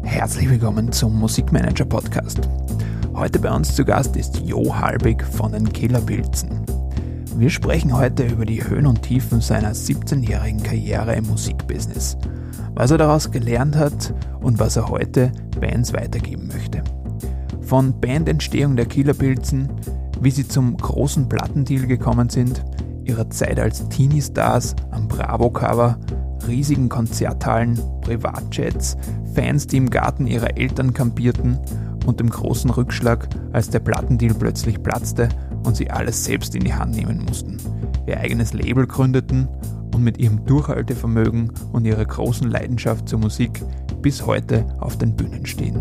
Herzlich willkommen zum Musikmanager Podcast. Heute bei uns zu Gast ist Jo Halbig von den Killerpilzen. Wir sprechen heute über die Höhen und Tiefen seiner 17-jährigen Karriere im Musikbusiness, was er daraus gelernt hat und was er heute Bands weitergeben möchte. Von Bandentstehung der Killerpilzen, wie sie zum großen Plattendeal gekommen sind, ihrer Zeit als Teenie-Stars am Bravo-Cover, riesigen Konzerthallen, Privatjets, Fans, die im Garten ihrer Eltern kampierten und dem großen Rückschlag, als der Plattendeal plötzlich platzte und sie alles selbst in die Hand nehmen mussten, ihr eigenes Label gründeten und mit ihrem Durchhaltevermögen und ihrer großen Leidenschaft zur Musik bis heute auf den Bühnen stehen.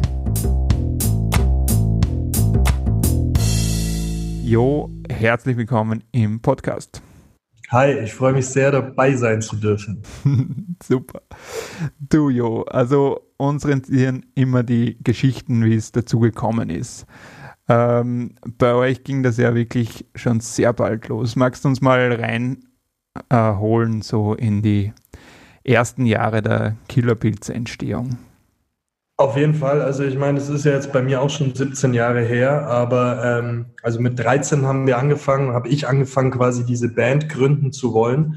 Jo, herzlich willkommen im Podcast. Hi, ich freue mich sehr, dabei sein zu dürfen. Super. Du Jo, also uns interessieren immer die Geschichten, wie es dazu gekommen ist. Bei euch ging das ja wirklich schon sehr bald los. Magst du uns mal reinholen so in die ersten Jahre der Killerpilze-Entstehung? Auf jeden Fall, also ich meine, es ist ja jetzt bei mir auch schon 17 Jahre her, aber also mit 13 habe ich angefangen quasi diese Band gründen zu wollen.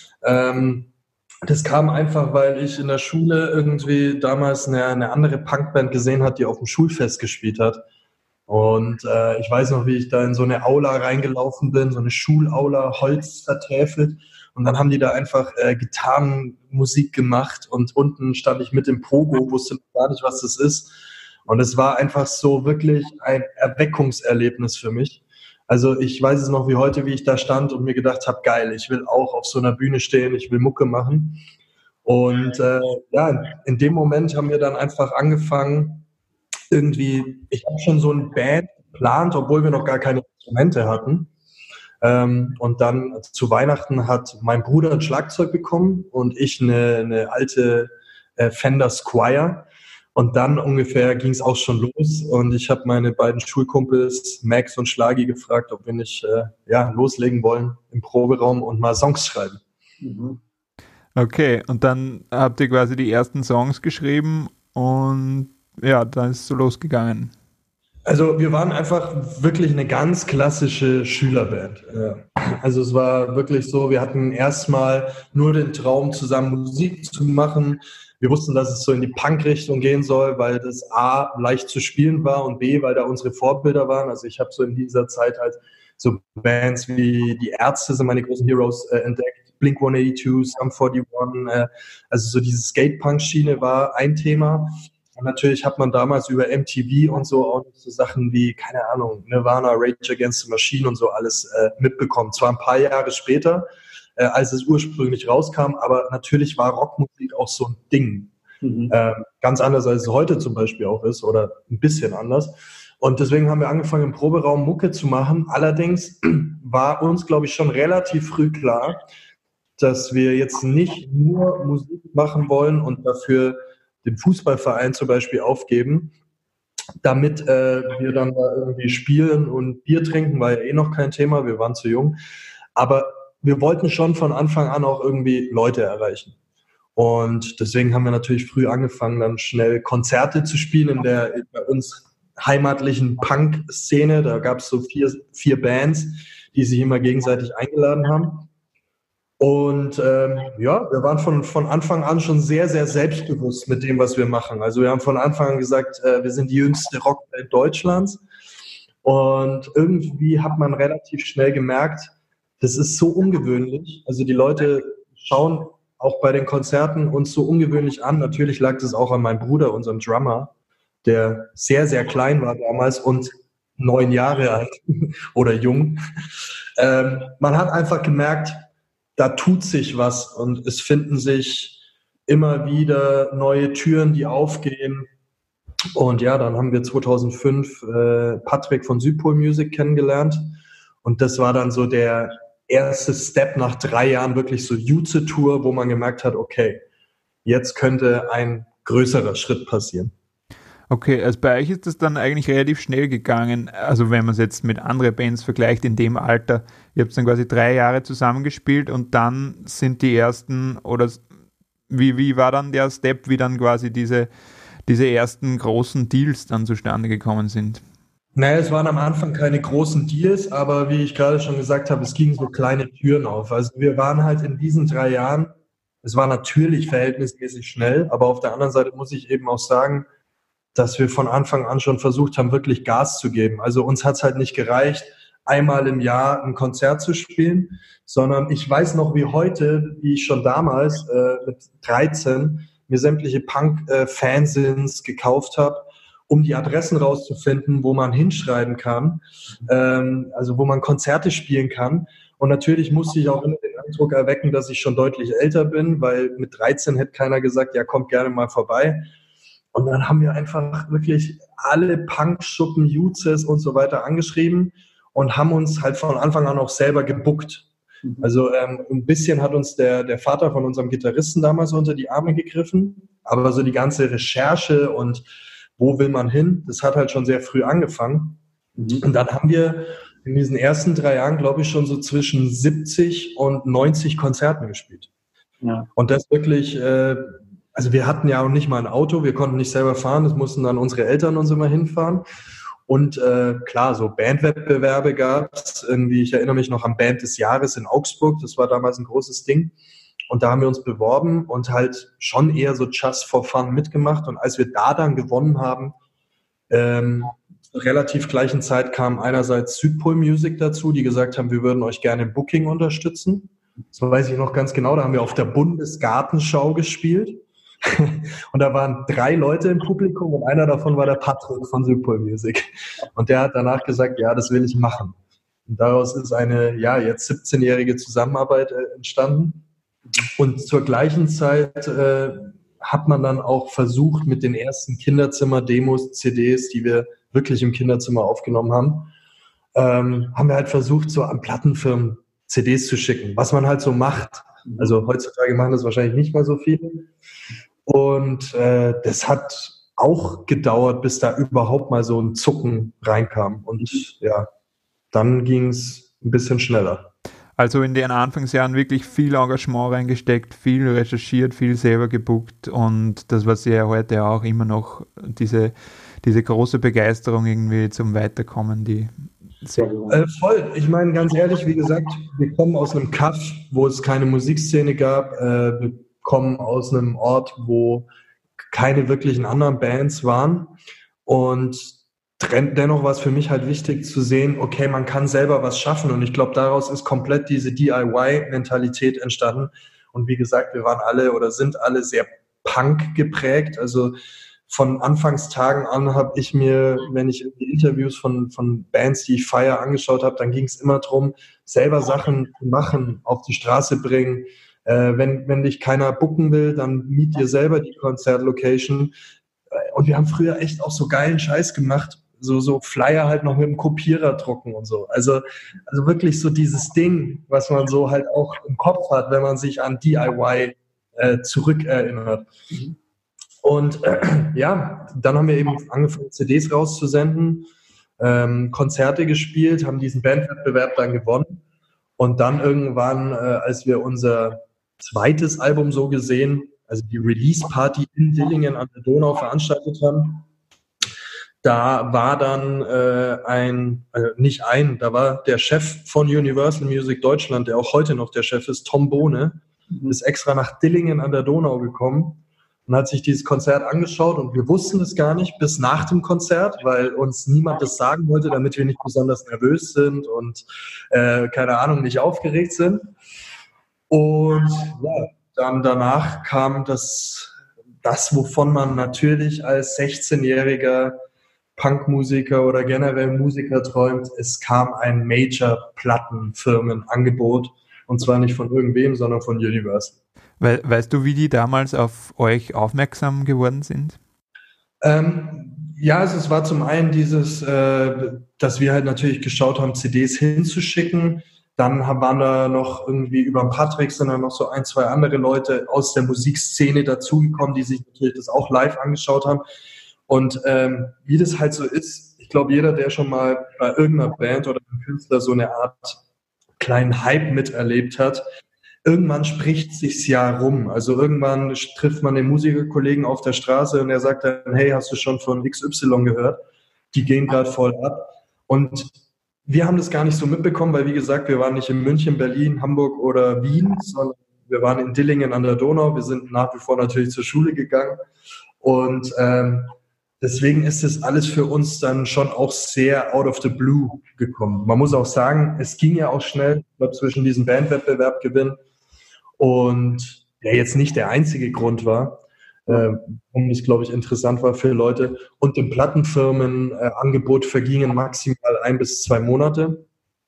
Das kam einfach, weil ich in der Schule irgendwie damals eine andere Punkband gesehen habe, die auf dem Schulfest gespielt hat. Und ich weiß noch, wie ich da in so eine Aula reingelaufen bin, so eine Schulaula, Holz vertäfelt. Und dann haben die da einfach Gitarrenmusik gemacht und unten stand ich mit dem Pogo, wusste gar nicht, was das ist. Und es war einfach so wirklich ein Erweckungserlebnis für mich. Also ich weiß es noch wie heute, wie ich da stand und mir gedacht habe, geil, ich will auch auf so einer Bühne stehen, ich will Mucke machen. Und in dem Moment haben wir dann einfach angefangen, ich habe schon so eine Band geplant, obwohl wir noch gar keine Instrumente hatten. Und dann zu Weihnachten hat mein Bruder ein Schlagzeug bekommen und ich eine alte Fender Squier. Und dann ungefähr ging es auch schon los. Und ich habe meine beiden Schulkumpels Max und Schlagi gefragt, ob wir nicht loslegen wollen im Proberaum und mal Songs schreiben. Mhm. Okay, und dann habt ihr quasi die ersten Songs geschrieben und ja, dann ist es so losgegangen. Also wir waren einfach wirklich eine ganz klassische Schülerband. Also es war wirklich so, wir hatten erstmal nur den Traum, zusammen Musik zu machen. Wir wussten, dass es so in die Punk-Richtung gehen soll, weil das A, leicht zu spielen war und B, weil da unsere Vorbilder waren. Also ich habe so in dieser Zeit halt so Bands wie die Ärzte sind meine großen Heroes entdeckt, Blink-182, Sum 41, also so diese Skate-Punk-Schiene war ein Thema. Und natürlich hat man damals über MTV und so auch so Sachen wie, keine Ahnung, Nirvana, Rage Against the Machine und so alles mitbekommen. Zwar ein paar Jahre später, als es ursprünglich rauskam, aber natürlich war Rockmusik auch so ein Ding. Mhm. Ganz anders, als es heute zum Beispiel auch ist oder ein bisschen anders. Und deswegen haben wir angefangen, im Proberaum Mucke zu machen. Allerdings war uns, glaube ich, schon relativ früh klar, dass wir jetzt nicht nur Musik machen wollen und dafür den Fußballverein zum Beispiel aufgeben, damit wir dann da irgendwie spielen und Bier trinken, war ja eh noch kein Thema, wir waren zu jung. Aber wir wollten schon von Anfang an auch irgendwie Leute erreichen. Und deswegen haben wir natürlich früh angefangen, dann schnell Konzerte zu spielen in der bei uns heimatlichen Punk-Szene. Da gab es so vier Bands, die sich immer gegenseitig eingeladen haben. Und wir waren von Anfang an schon sehr, sehr selbstbewusst mit dem, was wir machen. Also wir haben von Anfang an gesagt, wir sind die jüngste Rockband Deutschlands. Und irgendwie hat man relativ schnell gemerkt, das ist so ungewöhnlich. Also die Leute schauen auch bei den Konzerten uns so ungewöhnlich an. Natürlich lag das auch an meinem Bruder, unserem Drummer, der sehr, sehr klein war damals und 9 Jahre alt oder jung. Man hat einfach gemerkt, da tut sich was und es finden sich immer wieder neue Türen, die aufgehen. Und ja, dann haben wir 2005 Patrick von Südpol Music kennengelernt. Und das war dann so der erste Step nach 3 Jahren, wirklich so Jutze-Tour, wo man gemerkt hat, okay, jetzt könnte ein größerer Schritt passieren. Okay, also bei euch ist das dann eigentlich relativ schnell gegangen, also wenn man es jetzt mit anderen Bands vergleicht in dem Alter, ihr habt dann quasi 3 Jahre zusammengespielt und dann sind die ersten, oder wie war dann der Step, wie dann quasi diese diese ersten großen Deals dann zustande gekommen sind? Naja, es waren am Anfang keine großen Deals, aber wie ich gerade schon gesagt habe, es gingen so kleine Türen auf. Also wir waren halt in diesen 3 Jahren, es war natürlich verhältnismäßig schnell, aber auf der anderen Seite muss ich eben auch sagen, dass wir von Anfang an schon versucht haben, wirklich Gas zu geben. Also uns hat es halt nicht gereicht, einmal im Jahr ein Konzert zu spielen, sondern ich weiß noch wie heute, wie ich schon damals mit 13 mir sämtliche Punk-Fanzines gekauft habe, um die Adressen rauszufinden, wo man hinschreiben kann, also wo man Konzerte spielen kann. Und natürlich musste ich auch immer den Eindruck erwecken, dass ich schon deutlich älter bin, weil mit 13 hätte keiner gesagt, ja, kommt gerne mal vorbei. Und dann haben wir einfach wirklich alle Punkschuppen, Jutzes und so weiter angeschrieben und haben uns halt von Anfang an auch selber gebuckt. Also ein bisschen hat uns der Vater von unserem Gitarristen damals unter die Arme gegriffen, aber so die ganze Recherche und wo will man hin, das hat halt schon sehr früh angefangen. Und dann haben wir in diesen ersten 3 Jahren, glaube ich, schon so zwischen 70 und 90 Konzerten gespielt. Ja. Und das wirklich, also wir hatten ja auch nicht mal ein Auto, wir konnten nicht selber fahren, das mussten dann unsere Eltern uns immer hinfahren. Und klar, so Bandwettbewerbe gab es irgendwie, ich erinnere mich noch an Band des Jahres in Augsburg, das war damals ein großes Ding. Und da haben wir uns beworben und halt schon eher so just for fun mitgemacht. Und als wir da dann gewonnen haben, zur relativ gleichen Zeit kam einerseits Südpol Music dazu, die gesagt haben, wir würden euch gerne im Booking unterstützen. Das weiß ich noch ganz genau, da haben wir auf der Bundesgartenschau gespielt. Und da waren 3 Leute im Publikum und einer davon war der Patrick von Südpol Music. Und der hat danach gesagt, ja, das will ich machen. Und daraus ist eine, ja, jetzt 17-jährige Zusammenarbeit entstanden. Und zur gleichen Zeit hat man dann auch versucht, mit den ersten Kinderzimmer-Demos, CDs, die wir wirklich im Kinderzimmer aufgenommen haben, haben wir halt versucht, so an Plattenfirmen CDs zu schicken, was man halt so macht. Also heutzutage machen das wahrscheinlich nicht mal so viele. Und das hat auch gedauert, bis da überhaupt mal so ein Zucken reinkam. Und ja, dann ging es ein bisschen schneller. Also in den Anfangsjahren wirklich viel Engagement reingesteckt, viel recherchiert, viel selber gebucht und das, was ja heute auch immer noch diese große Begeisterung irgendwie zum Weiterkommen, die voll. Ich meine, ganz ehrlich, wie gesagt, wir kommen aus einem Kaff, wo es keine Musikszene gab. Wir kommen aus einem Ort, wo keine wirklichen anderen Bands waren und dennoch war es für mich halt wichtig zu sehen, okay, man kann selber was schaffen und ich glaube, daraus ist komplett diese DIY-Mentalität entstanden und wie gesagt, wir waren alle oder sind alle sehr Punk geprägt, also von Anfangstagen an habe ich mir, wenn ich die Interviews von Bands, die ich feiere, angeschaut habe, dann ging es immer darum, selber Sachen machen, auf die Straße bringen, wenn dich keiner booken will, dann miet dir selber die Konzertlocation und wir haben früher echt auch so geilen Scheiß gemacht, so Flyer halt noch mit dem Kopierer drucken und so. Also wirklich so dieses Ding, was man so halt auch im Kopf hat, wenn man sich an DIY zurückerinnert. Und ja, dann haben wir eben angefangen, CDs rauszusenden, Konzerte gespielt, haben diesen Bandwettbewerb dann gewonnen. Und dann irgendwann, als wir unser zweites Album so gesehen, also die Release-Party in Dillingen an der Donau veranstaltet haben, da war dann da war der Chef von Universal Music Deutschland, der auch heute noch der Chef ist, Tom Bohne, ist extra nach Dillingen an der Donau gekommen und hat sich dieses Konzert angeschaut und wir wussten es gar nicht bis nach dem Konzert, weil uns niemand das sagen wollte, damit wir nicht besonders nervös sind und keine Ahnung, nicht aufgeregt sind. Und ja, dann danach kam das, wovon man natürlich als 16-jähriger Punkmusiker oder generell Musiker träumt. Es kam ein Major-Plattenfirmenangebot und zwar nicht von irgendwem, sondern von Universal. Weißt du, wie die damals auf euch aufmerksam geworden sind? Ja, also es war zum einen dieses, dass wir halt natürlich geschaut haben, CDs hinzuschicken. Dann waren da noch irgendwie über den Patrick sind dann noch so 1, 2 andere Leute aus der Musikszene dazugekommen, die sich natürlich das auch live angeschaut haben. Und wie das halt so ist, ich glaube, jeder, der schon mal bei irgendeiner Band oder einem Künstler so eine Art kleinen Hype miterlebt hat, irgendwann spricht sich's ja rum. Also irgendwann trifft man den Musikerkollegen auf der Straße und er sagt dann, hey, hast du schon von XY gehört? Die gehen gerade voll ab. Und wir haben das gar nicht so mitbekommen, weil wie gesagt, wir waren nicht in München, Berlin, Hamburg oder Wien, sondern wir waren in Dillingen an der Donau. Wir sind nach wie vor natürlich zur Schule gegangen. Und deswegen ist das alles für uns dann schon auch sehr out of the blue gekommen. Man muss auch sagen, es ging ja auch schnell zwischen diesem Bandwettbewerb gewinnen und der jetzt nicht der einzige Grund war, warum das, glaube ich, interessant war für Leute. Und im Plattenfirmenangebot vergingen maximal 1 bis 2 Monate.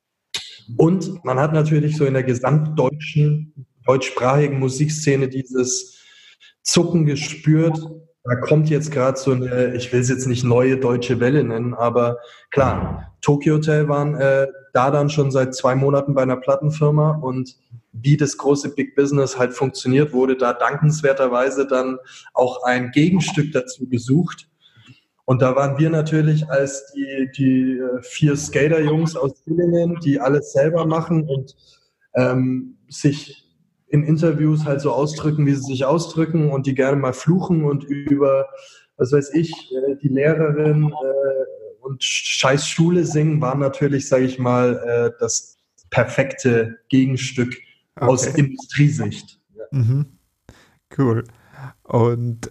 Und man hat natürlich so in der deutschsprachigen Musikszene dieses Zucken gespürt. Da kommt jetzt gerade so eine, ich will es jetzt nicht neue deutsche Welle nennen, aber klar, Tokyo Hotel waren da dann schon seit 2 Monaten bei einer Plattenfirma und wie das große Big Business halt funktioniert, wurde da dankenswerterweise dann auch ein Gegenstück dazu gesucht. Und da waren wir natürlich als die 4 Skater-Jungs aus Dillingen, die alles selber machen und sich in Interviews halt so ausdrücken, wie sie sich ausdrücken und die gerne mal fluchen und über, was weiß ich, die Lehrerin und scheiß Schule singen, war natürlich, sage ich mal, das perfekte Gegenstück aus Industriesicht. Mhm. Cool. Und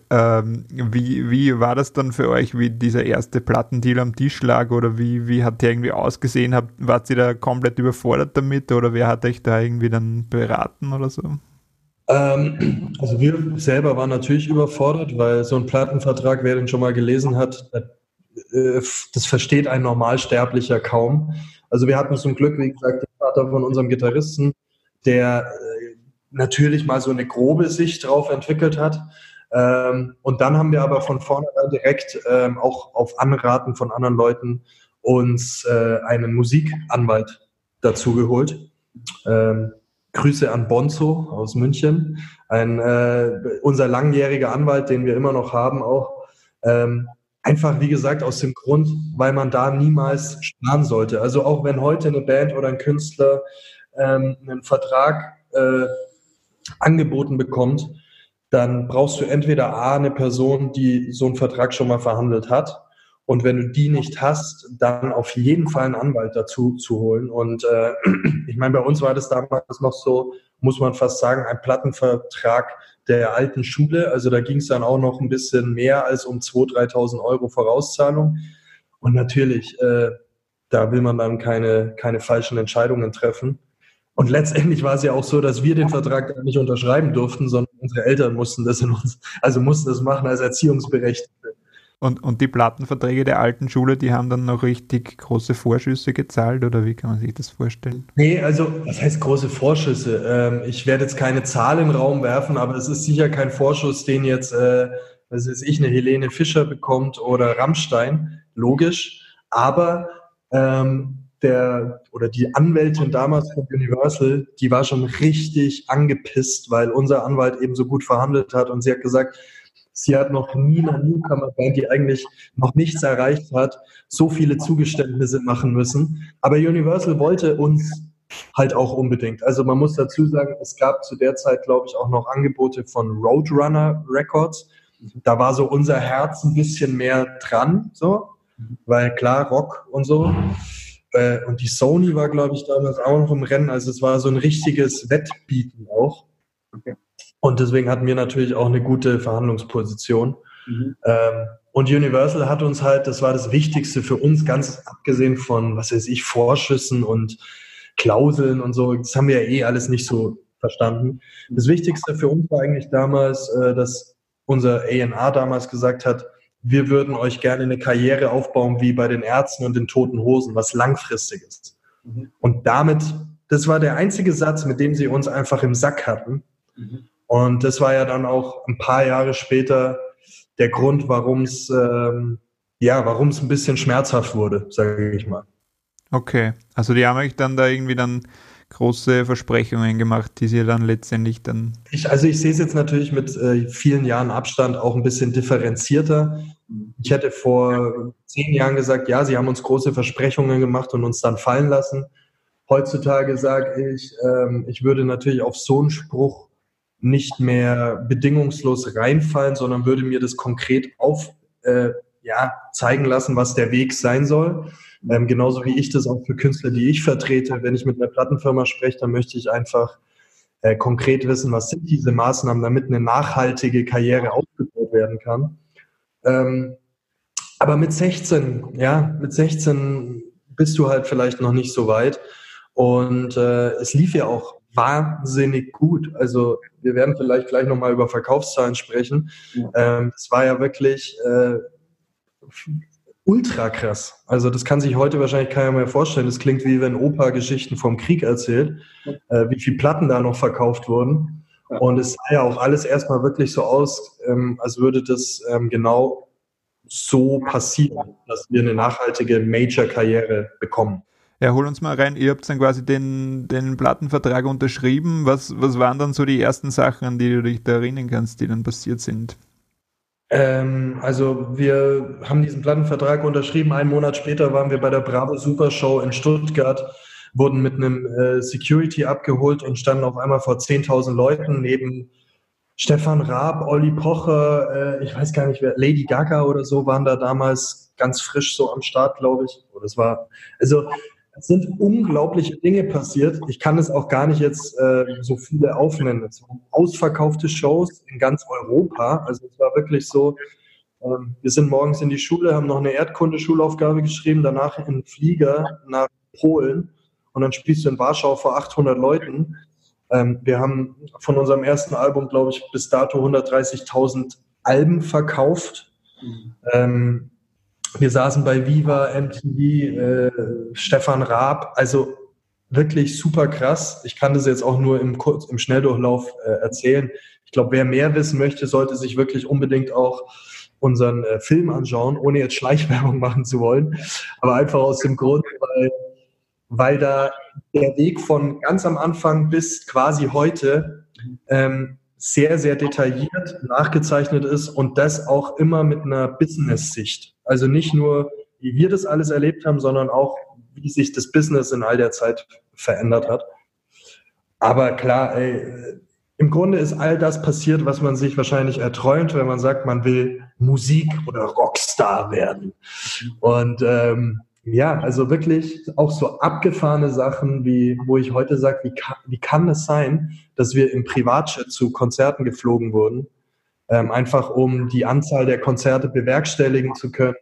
wie war das dann für euch, wie dieser erste Plattendeal am Tisch lag oder wie hat der irgendwie ausgesehen? Wart ihr da komplett überfordert damit oder wer hat euch da irgendwie dann beraten oder so? Also wir selber waren natürlich überfordert, weil so ein Plattenvertrag, wer den schon mal gelesen hat, das versteht ein Normalsterblicher kaum. Also wir hatten zum Glück, wie gesagt, den Vater von unserem Gitarristen, der natürlich mal so eine grobe Sicht drauf entwickelt hat. Und dann haben wir aber von vornherein direkt auch auf Anraten von anderen Leuten uns einen Musikanwalt dazu geholt. Grüße an Bonzo aus München, unser langjähriger Anwalt, den wir immer noch haben auch. Einfach, wie gesagt, aus dem Grund, weil man da niemals sparen sollte. Also auch wenn heute eine Band oder ein Künstler einen Vertrag angeboten bekommt, dann brauchst du entweder A, eine Person, die so einen Vertrag schon mal verhandelt hat, und wenn du die nicht hast, dann auf jeden Fall einen Anwalt dazu zu holen. Und ich meine, bei uns war das damals noch so, muss man fast sagen, ein Plattenvertrag der alten Schule. Also da ging es dann auch noch ein bisschen mehr als um 2.000, 3.000 Euro Vorauszahlung. Und natürlich, da will man dann keine falschen Entscheidungen treffen. Und letztendlich war es ja auch so, dass wir den Vertrag nicht unterschreiben durften, sondern unsere Eltern mussten das machen als Erziehungsberechtigte. Und die Plattenverträge der alten Schule, die haben dann noch richtig große Vorschüsse gezahlt oder wie kann man sich das vorstellen? Nee, also was heißt große Vorschüsse? Ich werde jetzt keine Zahl in den Raum werfen, aber es ist sicher kein Vorschuss, den jetzt, was weiß ich, eine Helene Fischer bekommt oder Rammstein, logisch. Aber die Anwältin damals von Universal, die war schon richtig angepisst, weil unser Anwalt eben so gut verhandelt hat und sie hat gesagt, sie hat noch nie einer Newcomer-Band, die eigentlich noch nichts erreicht hat, so viele Zugeständnisse machen müssen. Aber Universal wollte uns halt auch unbedingt. Also man muss dazu sagen, es gab zu der Zeit, glaube ich, auch noch Angebote von Roadrunner Records. Da war so unser Herz ein bisschen mehr dran, so, weil klar, Rock und so. Und die Sony war, glaube ich, damals auch noch im Rennen. Also es war so ein richtiges Wettbieten auch. Okay. Und deswegen hatten wir natürlich auch eine gute Verhandlungsposition. Mhm. Und Universal hat uns halt, das war das Wichtigste für uns, ganz abgesehen von, was weiß ich, Vorschüssen und Klauseln und so, das haben wir ja eh alles nicht so verstanden. Das Wichtigste für uns war eigentlich damals, dass unser A&R damals gesagt hat, wir würden euch gerne eine Karriere aufbauen wie bei den Ärzten und den Toten Hosen, was langfristig ist. Mhm. Und damit, das war der einzige Satz, mit dem sie uns einfach im Sack hatten. Mhm. Und das war ja dann auch ein paar Jahre später der Grund, warum es ein bisschen schmerzhaft wurde, sage ich mal. Okay, also die haben euch dann da irgendwie dann große Versprechungen gemacht, die sie dann letztendlich dann... Ich sehe es jetzt natürlich mit vielen Jahren Abstand auch ein bisschen differenzierter. Ich hätte vor 10 Jahren gesagt, ja, sie haben uns große Versprechungen gemacht und uns dann fallen lassen. Heutzutage sage ich würde natürlich auf so einen Spruch nicht mehr bedingungslos reinfallen, sondern würde mir das konkret zeigen lassen, was der Weg sein soll. Genauso wie ich das auch für Künstler, die ich vertrete. Wenn ich mit einer Plattenfirma spreche, dann möchte ich einfach konkret wissen, was sind diese Maßnahmen, damit eine nachhaltige Karriere aufgebaut werden kann. Aber mit 16 bist du halt vielleicht noch nicht so weit. Und es lief ja auch wahnsinnig gut. Also wir werden vielleicht gleich nochmal über Verkaufszahlen sprechen. Es war ja wirklich ultra krass. Also das kann sich heute wahrscheinlich keiner mehr vorstellen. Das klingt wie wenn Opa Geschichten vom Krieg erzählt, wie viele Platten da noch verkauft wurden. Und es sah ja auch alles erstmal wirklich so aus, als würde das genau so passieren, dass wir eine nachhaltige Major-Karriere bekommen. Ja, hol uns mal rein. Ihr habt dann quasi den Plattenvertrag unterschrieben. Was waren dann so die ersten Sachen, an die du dich da erinnern kannst, die dann passiert sind? Also wir haben diesen Plattenvertrag unterschrieben. Einen Monat später waren wir bei der Bravo Super Show in Stuttgart, wurden mit einem Security abgeholt und standen auf einmal vor 10.000 Leuten neben Stefan Raab, Olli Pocher, ich weiß gar nicht wer, Lady Gaga oder so waren da damals ganz frisch so am Start, glaube ich. Es sind unglaubliche Dinge passiert. Ich kann es auch gar nicht jetzt so viele aufnennen. Es waren ausverkaufte Shows in ganz Europa. Also es war wirklich so, wir sind morgens in die Schule, haben noch eine Erdkunde-Schulaufgabe geschrieben, danach in den Flieger nach Polen und dann spielst du in Warschau vor 800 Leuten. Wir haben von unserem ersten Album, glaube ich, bis dato 130.000 Alben verkauft. Wir saßen bei Viva, MTV, Stefan Raab, also wirklich super krass. Ich kann das jetzt auch nur im Schnelldurchlauf erzählen. Ich glaube, wer mehr wissen möchte, sollte sich wirklich unbedingt auch unseren Film anschauen, ohne jetzt Schleichwerbung machen zu wollen. Aber einfach aus dem Grund, weil da der Weg von ganz am Anfang bis quasi heute sehr, sehr detailliert nachgezeichnet ist und das auch immer mit einer Business-Sicht. Also nicht nur, wie wir das alles erlebt haben, sondern auch, wie sich das Business in all der Zeit verändert hat. Aber klar, im Grunde ist all das passiert, was man sich wahrscheinlich erträumt, wenn man sagt, man will Musik- oder Rockstar werden. Und also wirklich auch so abgefahrene Sachen, wo ich heute sage, wie kann es sein, dass wir im Privatjet zu Konzerten geflogen wurden, einfach um die Anzahl der Konzerte bewerkstelligen zu können.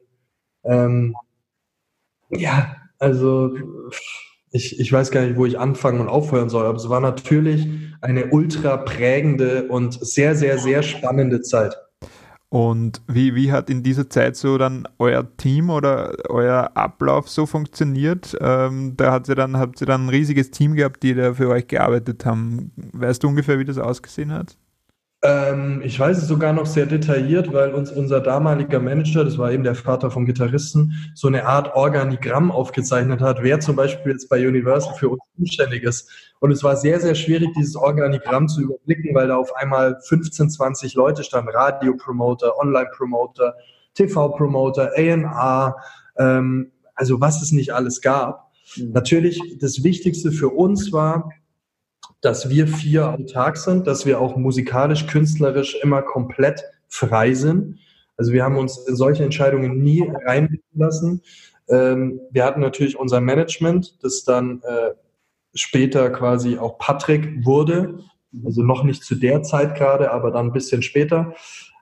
Ich weiß gar nicht, wo ich anfangen und aufhören soll, aber es war natürlich eine ultra prägende und sehr, sehr, sehr spannende Zeit. Und wie hat in dieser Zeit so dann euer Team oder euer Ablauf so funktioniert? Da habt ihr dann ein riesiges Team gehabt, die da für euch gearbeitet haben. Weißt du ungefähr, wie das ausgesehen hat? Ich weiß es sogar noch sehr detailliert, weil uns unser damaliger Manager, das war eben der Vater vom Gitarristen, so eine Art Organigramm aufgezeichnet hat, wer zum Beispiel jetzt bei Universal für uns zuständig ist. Und es war sehr, sehr schwierig, dieses Organigramm zu überblicken, weil da auf einmal 15, 20 Leute standen, Radio-Promoter, Online-Promoter, TV-Promoter, A&R, also was es nicht alles gab. Natürlich, das Wichtigste für uns war, dass wir 4 autark sind, dass wir auch musikalisch, künstlerisch immer komplett frei sind. Also wir haben uns in solche Entscheidungen nie reinblicken lassen. Wir hatten natürlich unser Management, das dann später quasi auch Patrick wurde, also noch nicht zu der Zeit gerade, aber dann ein bisschen später.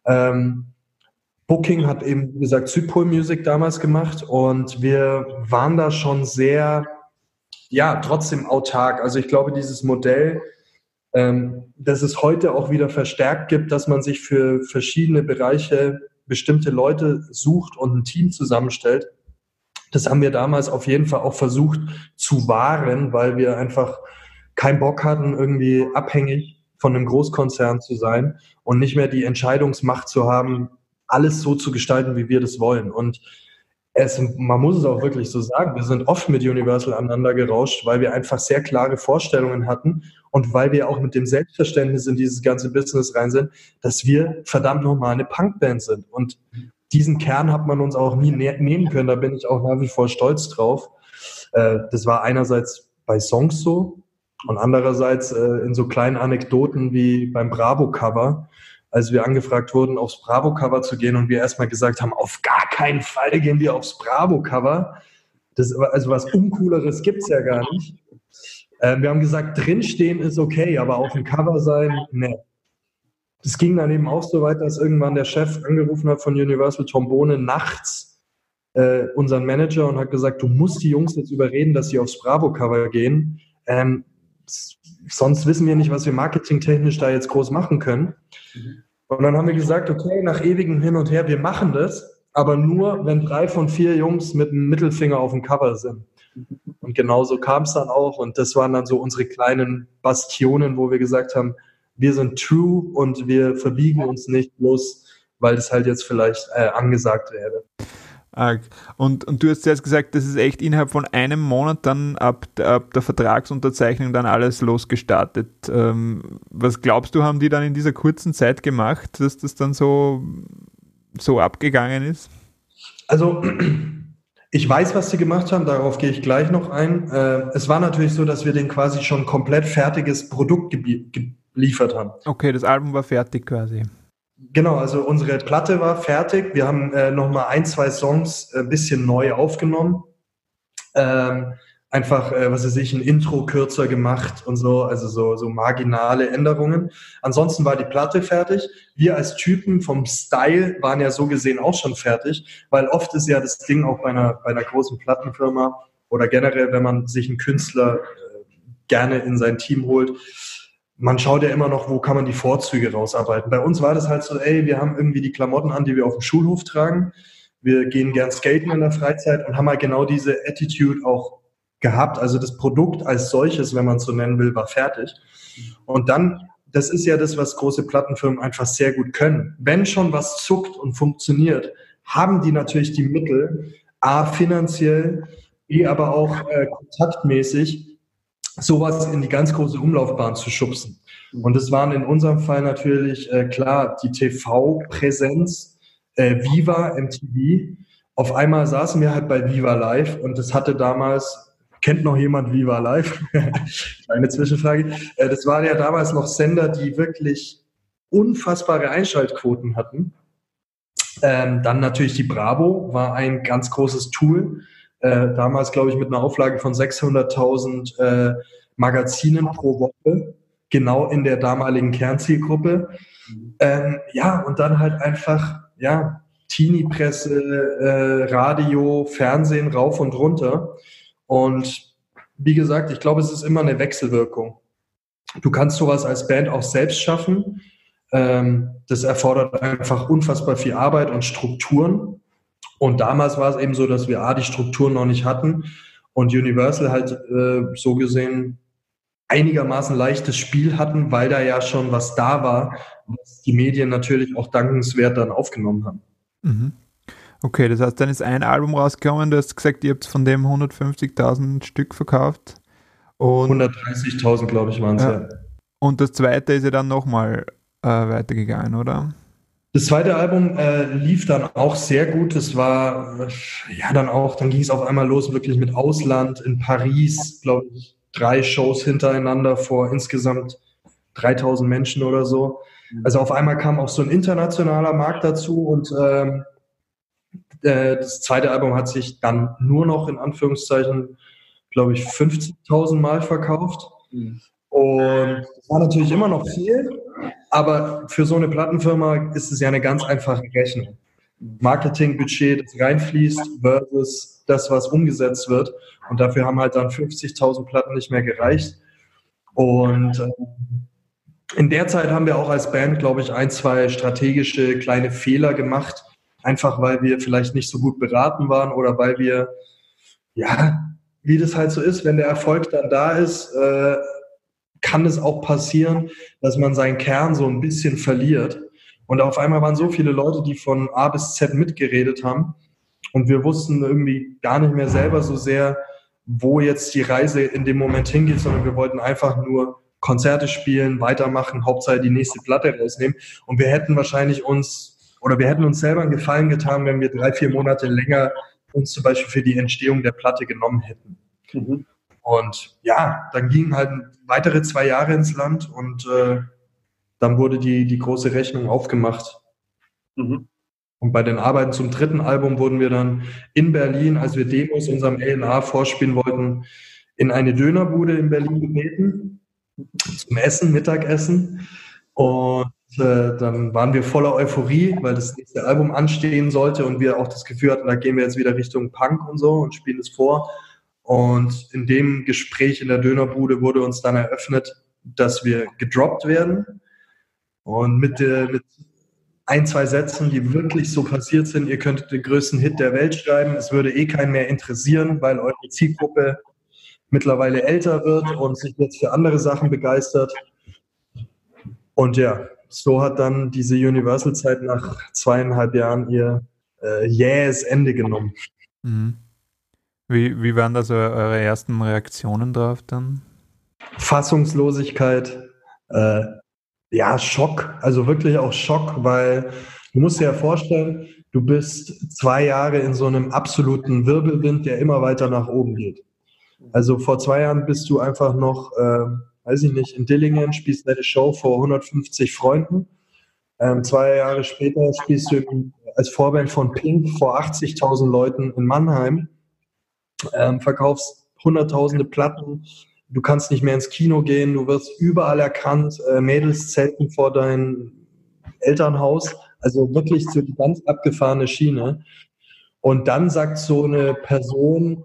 Booking hat eben, wie gesagt, Südpol Music damals gemacht und wir waren da schon sehr, trotzdem autark. Also ich glaube, dieses Modell, dass es heute auch wieder verstärkt gibt, dass man sich für verschiedene Bereiche bestimmte Leute sucht und ein Team zusammenstellt. Das haben wir damals auf jeden Fall auch versucht zu wahren, weil wir einfach keinen Bock hatten, irgendwie abhängig von einem Großkonzern zu sein und nicht mehr die Entscheidungsmacht zu haben, alles so zu gestalten, wie wir das wollen. Und man muss es auch wirklich so sagen, wir sind oft mit Universal aneinander gerauscht, weil wir einfach sehr klare Vorstellungen hatten und weil wir auch mit dem Selbstverständnis in dieses ganze Business rein sind, dass wir verdammt nochmal eine Punkband sind. Und diesen Kern hat man uns auch nie nehmen können, da bin ich auch nach wie vor stolz drauf. Das war einerseits bei Songs so und andererseits in so kleinen Anekdoten wie beim Bravo-Cover, als wir angefragt wurden, aufs Bravo-Cover zu gehen und wir erstmal gesagt haben, auf gar keinen Fall gehen wir aufs Bravo-Cover. Also was Uncooleres gibt's ja gar nicht. Wir haben gesagt, drinstehen ist okay, aber auf dem Cover sein, ne. Es ging dann eben auch so weit, dass irgendwann der Chef angerufen hat von Universal, Tom Bohne, nachts unseren Manager und hat gesagt, du musst die Jungs jetzt überreden, dass sie aufs Bravo-Cover gehen. Sonst wissen wir nicht, was wir marketingtechnisch da jetzt groß machen können. Und dann haben wir gesagt, okay, nach ewigem Hin und Her, wir machen das, aber nur, wenn 3 von 4 Jungs mit einem Mittelfinger auf dem Cover sind. Und genauso kam es dann auch. Und das waren dann so unsere kleinen Bastionen, wo wir gesagt haben, wir sind true und wir verbiegen uns nicht bloß, weil das halt jetzt vielleicht angesagt wäre. Und du hast zuerst gesagt, das ist echt innerhalb von einem Monat dann ab der Vertragsunterzeichnung dann alles losgestartet. Was glaubst du, haben die dann in dieser kurzen Zeit gemacht, dass das dann so abgegangen ist? Also ich weiß, was sie gemacht haben, darauf gehe ich gleich noch ein. Es war natürlich so, dass wir denen quasi schon komplett fertiges Produkt geliefert haben. Okay, das Album war fertig quasi. Genau, also unsere Platte war fertig. Wir haben nochmal 1, 2 Songs ein bisschen neu aufgenommen. Einfach, was weiß ich, ein Intro kürzer gemacht und so, also so marginale Änderungen. Ansonsten war die Platte fertig. Wir als Typen vom Style waren ja so gesehen auch schon fertig, weil oft ist ja das Ding auch bei einer großen Plattenfirma oder generell, wenn man sich einen Künstler gerne in sein Team holt, man schaut ja immer noch, wo kann man die Vorzüge rausarbeiten. Bei uns war das halt so, wir haben irgendwie die Klamotten an, die wir auf dem Schulhof tragen. Wir gehen gern skaten in der Freizeit und haben halt genau diese Attitude auch gehabt. Also das Produkt als solches, wenn man es so nennen will, war fertig. Und dann, das ist ja das, was große Plattenfirmen einfach sehr gut können. Wenn schon was zuckt und funktioniert, haben die natürlich die Mittel, A, finanziell, B, aber auch kontaktmäßig, sowas in die ganz große Umlaufbahn zu schubsen. Und das waren in unserem Fall natürlich, klar, die TV-Präsenz, Viva, MTV. Auf einmal saßen wir halt bei Viva Live und das hatte damals, kennt noch jemand Viva Live? Eine Zwischenfrage. Das waren ja damals noch Sender, die wirklich unfassbare Einschaltquoten hatten. Dann natürlich die Bravo war ein ganz großes Tool. Damals, glaube ich, mit einer Auflage von 600.000 Magazinen pro Woche, genau in der damaligen Kernzielgruppe. Und dann halt einfach, Teenie-Presse, Radio, Fernsehen, rauf und runter. Und wie gesagt, ich glaube, es ist immer eine Wechselwirkung. Du kannst sowas als Band auch selbst schaffen. Das erfordert einfach unfassbar viel Arbeit und Strukturen. Und damals war es eben so, dass wir die Strukturen noch nicht hatten und Universal halt so gesehen einigermaßen leichtes Spiel hatten, weil da ja schon was da war, was die Medien natürlich auch dankenswert dann aufgenommen haben. Mhm. Okay, das heißt, dann ist ein Album rausgekommen, du hast gesagt, ihr habt von dem 150.000 Stück verkauft. 130.000, glaube ich, waren es, ja. Und das zweite ist ja dann nochmal weitergegangen, oder? Das zweite Album lief dann auch sehr gut. Das war dann ging es auf einmal los, wirklich mit Ausland in Paris, glaube ich, 3 Shows hintereinander vor insgesamt 3.000 Menschen oder so. Also auf einmal kam auch so ein internationaler Markt dazu und das zweite Album hat sich dann nur noch in Anführungszeichen, glaube ich, 50.000 Mal verkauft. Und das war natürlich immer noch viel, aber für so eine Plattenfirma ist es ja eine ganz einfache Rechnung. Marketingbudget, das reinfließt versus das, was umgesetzt wird. Und dafür haben halt dann 50.000 Platten nicht mehr gereicht. Und in der Zeit haben wir auch als Band, glaube ich, 1, 2 strategische kleine Fehler gemacht. Einfach, weil wir vielleicht nicht so gut beraten waren oder weil wir, wie das halt so ist, wenn der Erfolg dann da ist, kann es auch passieren, dass man seinen Kern so ein bisschen verliert. Und auf einmal waren so viele Leute, die von A bis Z mitgeredet haben. Und wir wussten irgendwie gar nicht mehr selber so sehr, wo jetzt die Reise in dem Moment hingeht, sondern wir wollten einfach nur Konzerte spielen, weitermachen, Hauptsache die nächste Platte rausnehmen. Und wir hätten uns selber einen Gefallen getan, wenn wir 3, 4 Monate länger uns zum Beispiel für die Entstehung der Platte genommen hätten. Mhm. Und ja, dann gingen halt weitere 2 Jahre ins Land und dann wurde die große Rechnung aufgemacht. Mhm. Und bei den Arbeiten zum 3. Album wurden wir dann in Berlin, als wir Demos unserem A&R vorspielen wollten, in eine Dönerbude in Berlin gebeten, zum Essen, Mittagessen. Und dann waren wir voller Euphorie, weil das nächste Album anstehen sollte und wir auch das Gefühl hatten, da gehen wir jetzt wieder Richtung Punk und so und spielen es vor. Und in dem Gespräch in der Dönerbude wurde uns dann eröffnet, dass wir gedroppt werden. Und mit 1, 2 Sätzen, die wirklich so passiert sind, ihr könntet den größten Hit der Welt schreiben, es würde keinen mehr interessieren, weil eure Zielgruppe mittlerweile älter wird und sich jetzt für andere Sachen begeistert. Und ja, so hat dann diese Universal-Zeit nach 2,5 Jahren ihr jähes Ende genommen. Mhm. Wie waren da so eure ersten Reaktionen drauf dann? Fassungslosigkeit, ja, Schock, also wirklich auch Schock, weil du musst dir ja vorstellen, du bist 2 Jahre in so einem absoluten Wirbelwind, der immer weiter nach oben geht. Also vor 2 Jahren bist du einfach noch, weiß ich nicht, in Dillingen, spielst eine Show vor 150 Freunden. 2 Jahre später spielst du als Vorband von Pink vor 80.000 Leuten in Mannheim, verkaufst hunderttausende Platten, du kannst nicht mehr ins Kino gehen, du wirst überall erkannt, Mädels zelten vor deinem Elternhaus, also wirklich so die ganz abgefahrene Schiene. Und dann sagt so eine Person,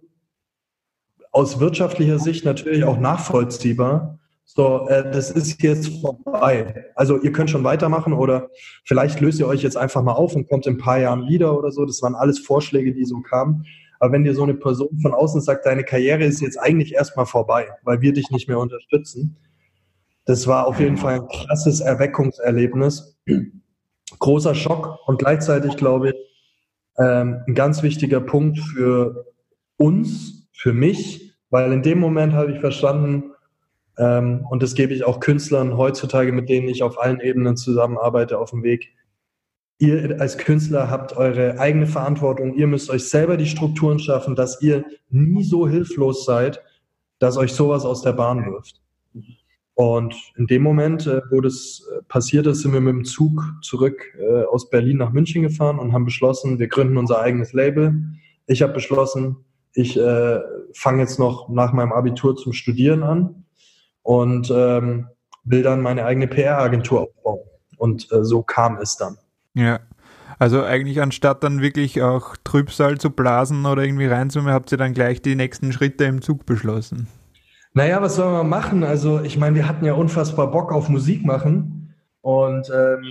aus wirtschaftlicher Sicht natürlich auch nachvollziehbar, so, das ist jetzt vorbei. Also ihr könnt schon weitermachen oder vielleicht löst ihr euch jetzt einfach mal auf und kommt in ein paar Jahren wieder oder so. Das waren alles Vorschläge, die so kamen. Aber wenn dir so eine Person von außen sagt, deine Karriere ist jetzt eigentlich erstmal vorbei, weil wir dich nicht mehr unterstützen, das war auf jeden Fall ein krasses Erweckungserlebnis. Großer Schock und gleichzeitig, glaube ich, ein ganz wichtiger Punkt für uns, für mich, weil in dem Moment habe ich verstanden, und das gebe ich auch Künstlern heutzutage, mit denen ich auf allen Ebenen zusammenarbeite, auf dem Weg. Ihr als Künstler habt eure eigene Verantwortung. Ihr müsst euch selber die Strukturen schaffen, dass ihr nie so hilflos seid, dass euch sowas aus der Bahn wirft. Und in dem Moment, wo das passiert ist, sind wir mit dem Zug zurück aus Berlin nach München gefahren und haben beschlossen, wir gründen unser eigenes Label. Ich habe beschlossen, ich fange jetzt noch nach meinem Abitur zum Studieren an und will dann meine eigene PR-Agentur aufbauen. Und so kam es dann. Ja, also eigentlich anstatt dann wirklich auch Trübsal zu blasen oder irgendwie reinzumachen, habt ihr dann gleich die nächsten Schritte im Zug beschlossen. Naja, was soll man machen? Also ich meine, wir hatten ja unfassbar Bock auf Musik machen und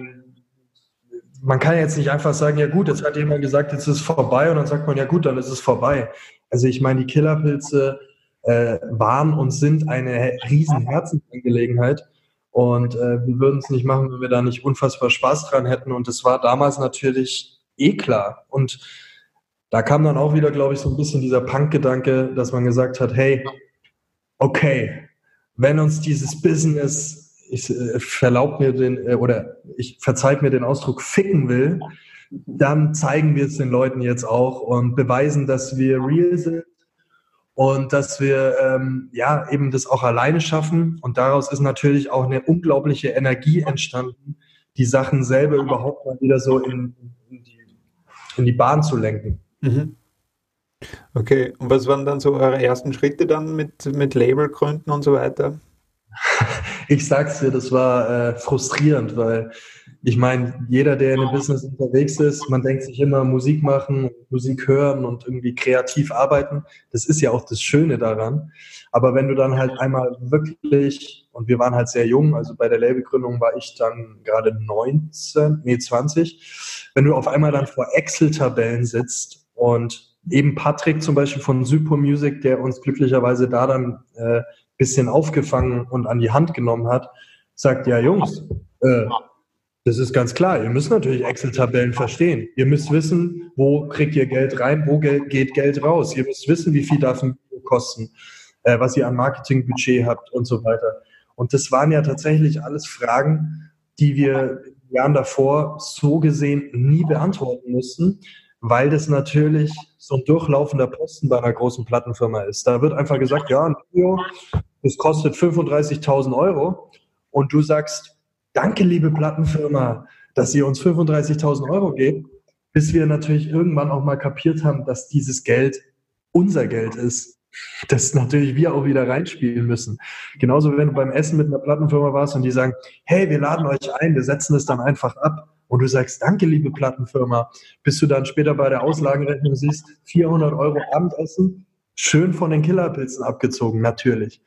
man kann jetzt nicht einfach sagen, ja gut, jetzt hat jemand gesagt, jetzt ist es vorbei und dann sagt man, ja gut, dann ist es vorbei. Also ich meine, die Killerpilze waren und sind eine riesen Herzensangelegenheit und wir würden es nicht machen, wenn wir da nicht unfassbar Spaß dran hätten und das war damals natürlich klar und da kam dann auch wieder, glaube ich, so ein bisschen dieser Punk-Gedanke, dass man gesagt hat, hey, okay, wenn uns dieses Business, ich verzeiht mir den Ausdruck, ficken will, dann zeigen wir es den Leuten jetzt auch und beweisen, dass wir real sind und dass wir eben das auch alleine schaffen. Und daraus ist natürlich auch eine unglaubliche Energie entstanden, die Sachen selber überhaupt mal wieder so in die Bahn zu lenken. Mhm. Okay, und was waren dann so eure ersten Schritte dann mit Labelgründen und so weiter? Ich sag's dir, das war frustrierend, weil ich meine, jeder, der in einem Business unterwegs ist, man denkt sich immer Musik machen, Musik hören und irgendwie kreativ arbeiten. Das ist ja auch das Schöne daran. Aber wenn du dann halt einmal wirklich, und wir waren halt sehr jung, also bei der Labelgründung war ich dann gerade 20, wenn du auf einmal dann vor Excel-Tabellen sitzt und eben Patrick zum Beispiel von Sypo Music, der uns glücklicherweise da dann bisschen aufgefangen und an die Hand genommen hat, sagt, ja Jungs, das ist ganz klar, ihr müsst natürlich Excel-Tabellen verstehen. Ihr müsst wissen, wo kriegt ihr Geld rein, wo geht Geld raus. Ihr müsst wissen, wie viel darf ein Video kosten, was ihr an Marketingbudget habt und so weiter. Und das waren ja tatsächlich alles Fragen, die wir in den Jahren davor so gesehen nie beantworten mussten, weil das natürlich so ein durchlaufender Posten bei einer großen Plattenfirma ist. Da wird einfach gesagt, ja, ein Video, das kostet 35.000 Euro und du sagst, danke, liebe Plattenfirma, dass ihr uns 35.000 Euro gebt, bis wir natürlich irgendwann auch mal kapiert haben, dass dieses Geld unser Geld ist, das natürlich wir auch wieder reinspielen müssen. Genauso, wie wenn du beim Essen mit einer Plattenfirma warst und die sagen, hey, wir laden euch ein, wir setzen es dann einfach ab. Und du sagst, danke, liebe Plattenfirma, bis du dann später bei der Auslagenrechnung siehst, 400 Euro Abendessen, schön von den Killerpilzen abgezogen, natürlich.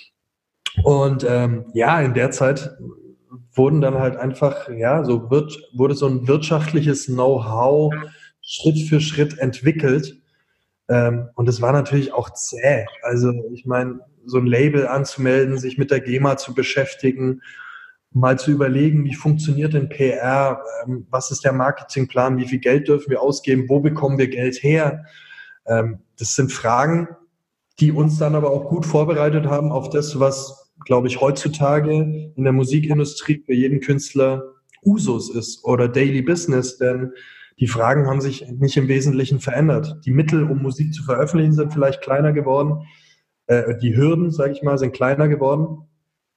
Und in der Zeit wurden dann halt einfach, wurde so ein wirtschaftliches Know-how Schritt für Schritt entwickelt. Und es war natürlich auch zäh. Also ich meine, so ein Label anzumelden, sich mit der GEMA zu beschäftigen, mal zu überlegen, wie funktioniert denn PR, was ist der Marketingplan, wie viel Geld dürfen wir ausgeben, wo bekommen wir Geld her? Das sind Fragen, die uns dann aber auch gut vorbereitet haben auf das, was, glaube ich, heutzutage in der Musikindustrie für jeden Künstler Usus ist oder Daily Business, denn die Fragen haben sich nicht im Wesentlichen verändert. Die Mittel, um Musik zu veröffentlichen, sind vielleicht kleiner geworden. Die Hürden, sage ich mal, sind kleiner geworden.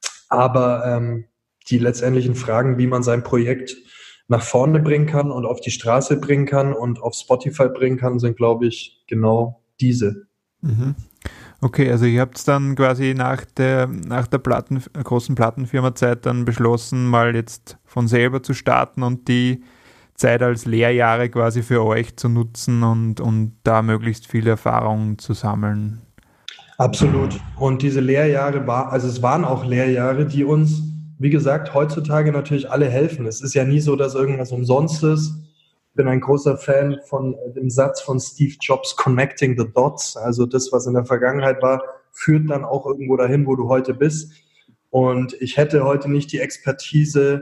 Aber die letztendlichen Fragen, wie man sein Projekt nach vorne bringen kann und auf die Straße bringen kann und auf Spotify bringen kann, sind, glaube ich, genau diese. Mhm. Okay, also ihr habt dann quasi nach der großen Plattenfirma-Zeit dann beschlossen, mal jetzt von selber zu starten und die Zeit als Lehrjahre quasi für euch zu nutzen und da möglichst viel Erfahrung zu sammeln. Absolut. Und diese Lehrjahre es waren auch Lehrjahre, die uns, wie gesagt, heutzutage natürlich alle helfen. Es ist ja nie so, dass irgendwas umsonst ist. Ich bin ein großer Fan von dem Satz von Steve Jobs, Connecting the Dots. Also das, was in der Vergangenheit war, führt dann auch irgendwo dahin, wo du heute bist. Und ich hätte heute nicht die Expertise,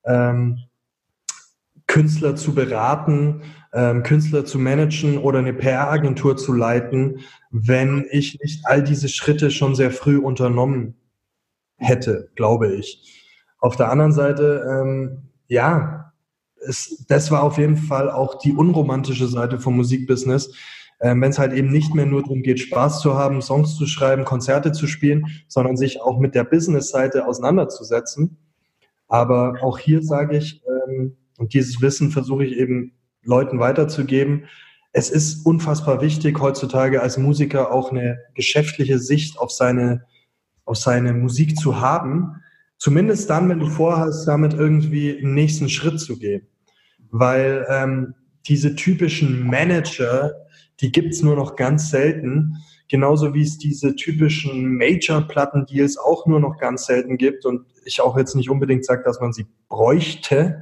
Künstler zu beraten, Künstler zu managen oder eine PR-Agentur zu leiten, wenn ich nicht all diese Schritte schon sehr früh unternommen hätte, glaube ich. Auf der anderen Seite, das war auf jeden Fall auch die unromantische Seite vom Musikbusiness, wenn es halt eben nicht mehr nur darum geht, Spaß zu haben, Songs zu schreiben, Konzerte zu spielen, sondern sich auch mit der Business-Seite auseinanderzusetzen. Aber auch hier sage ich, und dieses Wissen versuche ich eben Leuten weiterzugeben. Es ist unfassbar wichtig, heutzutage als Musiker auch eine geschäftliche Sicht auf seine Musik zu haben. Zumindest dann, wenn du vorhast, damit irgendwie einen nächsten Schritt zu gehen. Weil diese typischen Manager, die gibt's nur noch ganz selten. Genauso wie es diese typischen Major-Platten-Deals auch nur noch ganz selten gibt. Und ich auch jetzt nicht unbedingt sage, dass man sie bräuchte.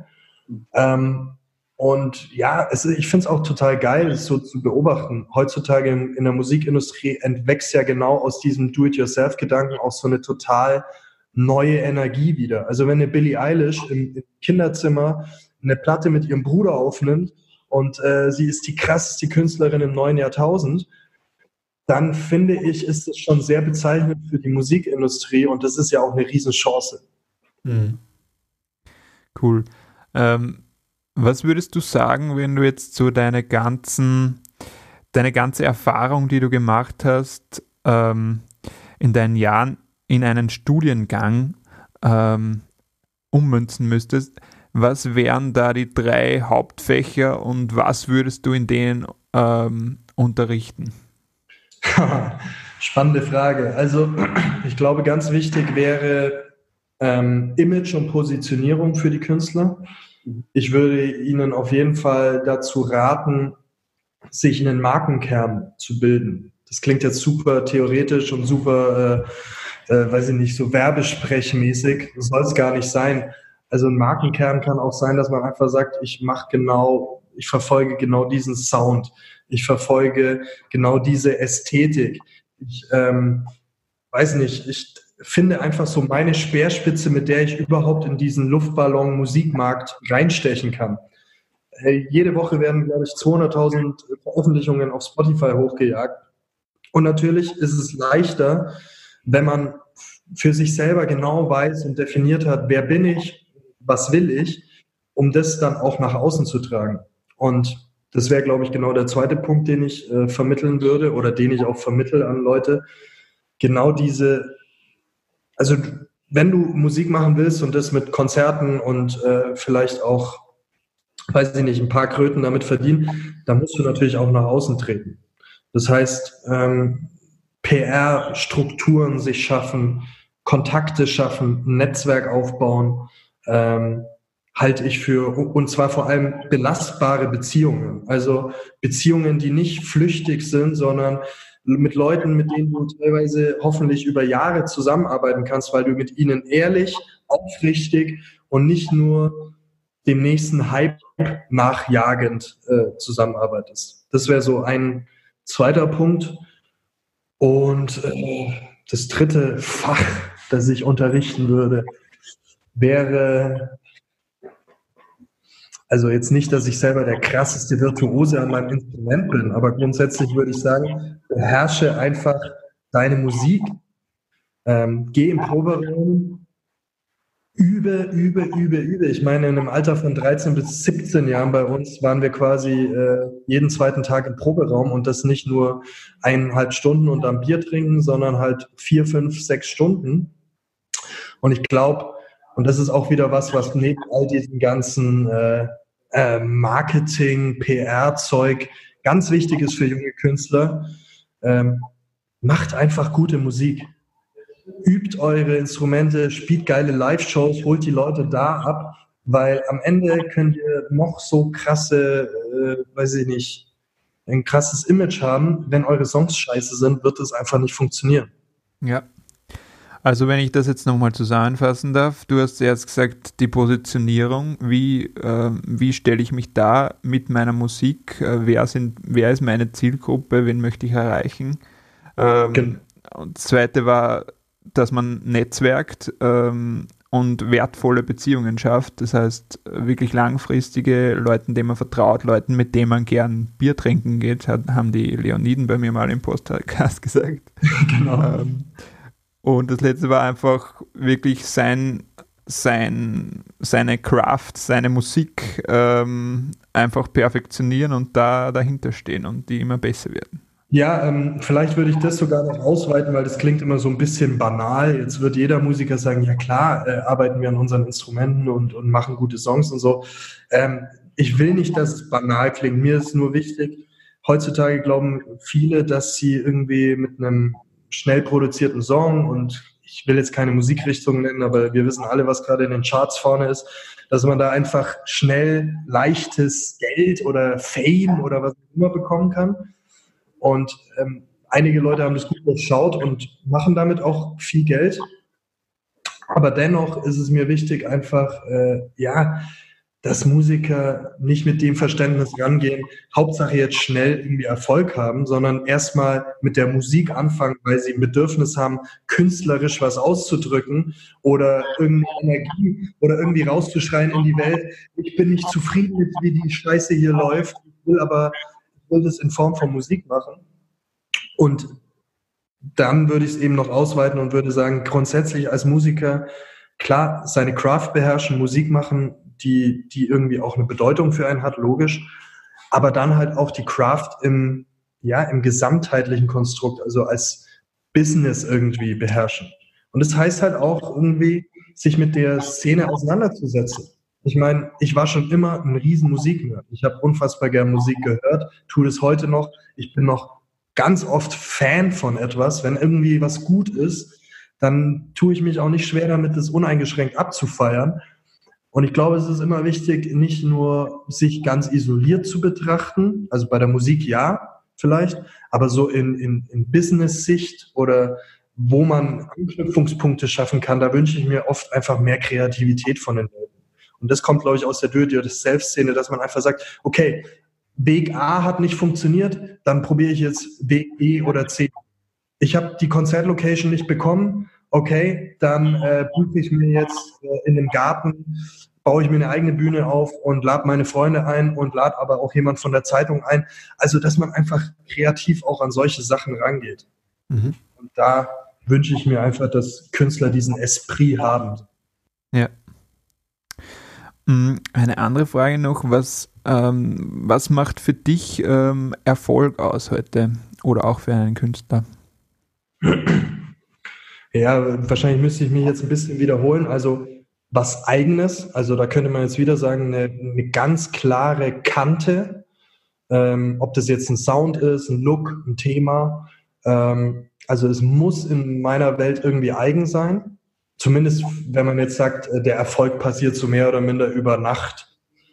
Ich finde es auch total geil, es so zu beobachten. Heutzutage in der Musikindustrie entwächst ja genau aus diesem Do-it-yourself-Gedanken auch so eine total neue Energie wieder. Also wenn eine Billie Eilish im Kinderzimmer eine Platte mit ihrem Bruder aufnimmt und sie ist die krasseste Künstlerin im neuen Jahrtausend, dann finde ich, ist es schon sehr bezeichnend für die Musikindustrie und das ist ja auch eine Riesenchance. Mhm. Cool. Was würdest du sagen, wenn du jetzt so deine ganze Erfahrung, die du gemacht hast, in deinen Jahren in einen Studiengang ummünzen müsstest? Was wären da die 3 Hauptfächer und was würdest du in denen unterrichten? Spannende Frage. Also ich glaube, ganz wichtig wäre Image und Positionierung für die Künstler. Ich würde Ihnen auf jeden Fall dazu raten, sich einen Markenkern zu bilden. Das klingt jetzt super theoretisch und super, weiß ich nicht, so werbesprechmäßig. Das soll es gar nicht sein. Also ein Markenkern kann auch sein, dass man einfach sagt, ich verfolge genau diesen Sound. Ich verfolge genau diese Ästhetik. Ich finde einfach so meine Speerspitze, mit der ich überhaupt in diesen Luftballon-Musikmarkt reinstechen kann. Jede Woche werden, glaube ich, 200.000 Veröffentlichungen auf Spotify hochgejagt. Und natürlich ist es leichter, wenn man für sich selber genau weiß und definiert hat, wer bin ich, was will ich, um das dann auch nach außen zu tragen. Und Das wäre, glaube ich, genau der zweite Punkt, den ich vermitteln würde oder den ich auch vermittle an Leute. Genau also wenn du Musik machen willst und das mit Konzerten und vielleicht auch, weiß ich nicht, ein paar Kröten damit verdienen, dann musst du natürlich auch nach außen treten. Das heißt, PR-Strukturen sich schaffen, Kontakte schaffen, ein Netzwerk aufbauen, halte ich für, und zwar vor allem belastbare Beziehungen. Also Beziehungen, die nicht flüchtig sind, sondern mit Leuten, mit denen du teilweise hoffentlich über Jahre zusammenarbeiten kannst, weil du mit ihnen ehrlich, aufrichtig und nicht nur dem nächsten Hype nachjagend zusammenarbeitest. Das wäre so ein zweiter Punkt. Und das dritte Fach, das ich unterrichten würde, wäre, also jetzt nicht, dass ich selber der krasseste Virtuose an meinem Instrument bin, aber grundsätzlich würde ich sagen, beherrsche einfach deine Musik, geh im Proberaum, übe. Ich meine, in einem Alter von 13 bis 17 Jahren bei uns waren wir quasi jeden zweiten Tag im Proberaum und das nicht nur 1,5 Stunden und am Bier trinken, sondern halt 4, 5, 6 Stunden. Und ich glaube, und das ist auch wieder was neben all diesen ganzen Marketing, PR-Zeug ganz wichtig ist für junge Künstler, macht einfach gute Musik. Übt eure Instrumente, spielt geile Live-Shows, holt die Leute da ab, weil am Ende könnt ihr noch so krasse, weiß ich nicht, ein krasses Image haben. Wenn eure Songs scheiße sind, wird es einfach nicht funktionieren. Ja. Also wenn ich das jetzt nochmal zusammenfassen darf, du hast erst gesagt, die Positionierung, wie stelle ich mich da mit meiner Musik, wer ist meine Zielgruppe, wen möchte ich erreichen? Und das zweite war, dass man netzwerkt und wertvolle Beziehungen schafft, das heißt wirklich langfristige, Leuten, denen man vertraut, Leuten, mit denen man gern Bier trinken geht, haben die Leoniden bei mir mal im Podcast gesagt. Genau. Und das letzte war einfach wirklich seine Craft, seine Musik einfach perfektionieren und dahinter stehen und die immer besser werden. Ja, vielleicht würde ich das sogar noch ausweiten, weil das klingt immer so ein bisschen banal. Jetzt wird jeder Musiker sagen, ja klar, arbeiten wir an unseren Instrumenten und machen gute Songs und so. Ich will nicht, dass es banal klingt. Mir ist nur wichtig, heutzutage glauben viele, dass sie irgendwie mit einem schnell produzierten Song, und ich will jetzt keine Musikrichtung nennen, aber wir wissen alle, was gerade in den Charts vorne ist, dass man da einfach schnell leichtes Geld oder Fame oder was auch immer bekommen kann. Und einige Leute haben das gut durchschaut und machen damit auch viel Geld. Aber dennoch ist es mir wichtig, einfach, dass Musiker nicht mit dem Verständnis rangehen, Hauptsache jetzt schnell irgendwie Erfolg haben, sondern erstmal mit der Musik anfangen, weil sie ein Bedürfnis haben, künstlerisch was auszudrücken oder irgendeine Energie oder irgendwie rauszuschreien in die Welt. Ich bin nicht zufrieden mit, wie die Scheiße hier läuft, ich will das in Form von Musik machen. Und dann würde ich es eben noch ausweiten und würde sagen, grundsätzlich als Musiker, klar, seine Craft beherrschen, Musik machen, die irgendwie auch eine Bedeutung für einen hat, logisch, aber dann halt auch die Craft im gesamtheitlichen Konstrukt, also als Business irgendwie beherrschen. Und das heißt halt auch irgendwie, sich mit der Szene auseinanderzusetzen. Ich meine, ich war schon immer ein riesen Musiknerd. Ich habe unfassbar gern Musik gehört, tue das heute noch. Ich bin noch ganz oft Fan von etwas. Wenn irgendwie was gut ist, dann tue ich mich auch nicht schwer damit, das uneingeschränkt abzufeiern. Und ich glaube, es ist immer wichtig, nicht nur sich ganz isoliert zu betrachten, also bei der Musik ja, vielleicht, aber so in Business-Sicht oder wo man Anknüpfungspunkte schaffen kann, da wünsche ich mir oft einfach mehr Kreativität von den Leuten. Und das kommt, glaube ich, aus der Do-it-yourself-Szene, dass man einfach sagt, okay, Weg A hat nicht funktioniert, dann probiere ich jetzt Weg B oder C. Ich habe die Konzertlocation nicht bekommen, okay, dann buche ich mir jetzt in einem Garten, baue ich mir eine eigene Bühne auf und lade meine Freunde ein und lade aber auch jemand von der Zeitung ein. Also, dass man einfach kreativ auch an solche Sachen rangeht. Mhm. Und da wünsche ich mir einfach, dass Künstler diesen Esprit haben. Ja. Eine andere Frage noch, was macht für dich Erfolg aus heute oder auch für einen Künstler? Ja, wahrscheinlich müsste ich mich jetzt ein bisschen wiederholen. Also was Eigenes, also da könnte man jetzt wieder sagen, eine ganz klare Kante, ob das jetzt ein Sound ist, ein Look, ein Thema. Also es muss in meiner Welt irgendwie eigen sein. Zumindest, wenn man jetzt sagt, der Erfolg passiert so mehr oder minder über Nacht.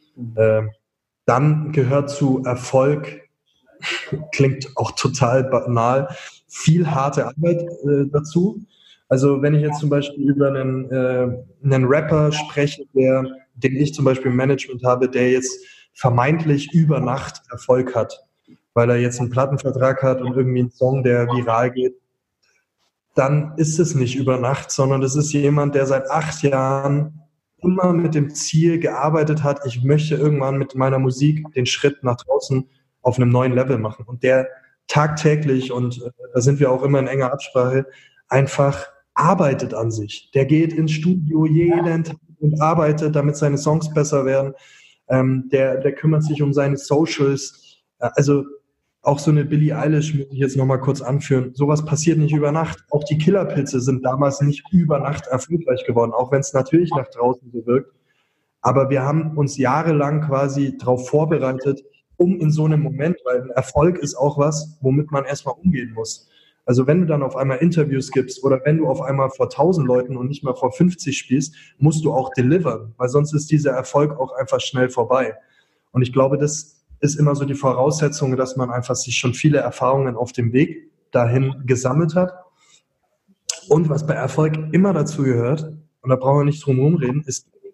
Dann gehört zu Erfolg, klingt auch total banal, viel harte Arbeit dazu. Also wenn ich jetzt zum Beispiel über einen Rapper spreche, den ich zum Beispiel im Management habe, der jetzt vermeintlich über Nacht Erfolg hat, weil er jetzt einen Plattenvertrag hat und irgendwie einen Song, der viral geht, dann ist es nicht über Nacht, sondern das ist jemand, der seit 8 Jahren immer mit dem Ziel gearbeitet hat, ich möchte irgendwann mit meiner Musik den Schritt nach draußen auf einem neuen Level machen. Und der tagtäglich, und da sind wir auch immer in enger Absprache, einfach arbeitet an sich. Der geht ins Studio jeden Tag und arbeitet, damit seine Songs besser werden. Der kümmert sich um seine Socials. Also auch so eine Billie Eilish muss ich jetzt nochmal kurz anführen. Sowas passiert nicht über Nacht. Auch die Killerpilze sind damals nicht über Nacht erfolgreich geworden, auch wenn es natürlich nach draußen so wirkt. Aber wir haben uns jahrelang quasi darauf vorbereitet, um in so einem Moment, weil ein Erfolg ist auch was, womit man erstmal umgehen muss. Also wenn du dann auf einmal Interviews gibst oder wenn du auf einmal vor 1000 Leuten und nicht mal vor 50 spielst, musst du auch delivern, weil sonst ist dieser Erfolg auch einfach schnell vorbei. Und ich glaube, das ist immer so die Voraussetzung, dass man einfach sich schon viele Erfahrungen auf dem Weg dahin gesammelt hat. Und was bei Erfolg immer dazu gehört, und da brauchen wir nicht drum herum reden,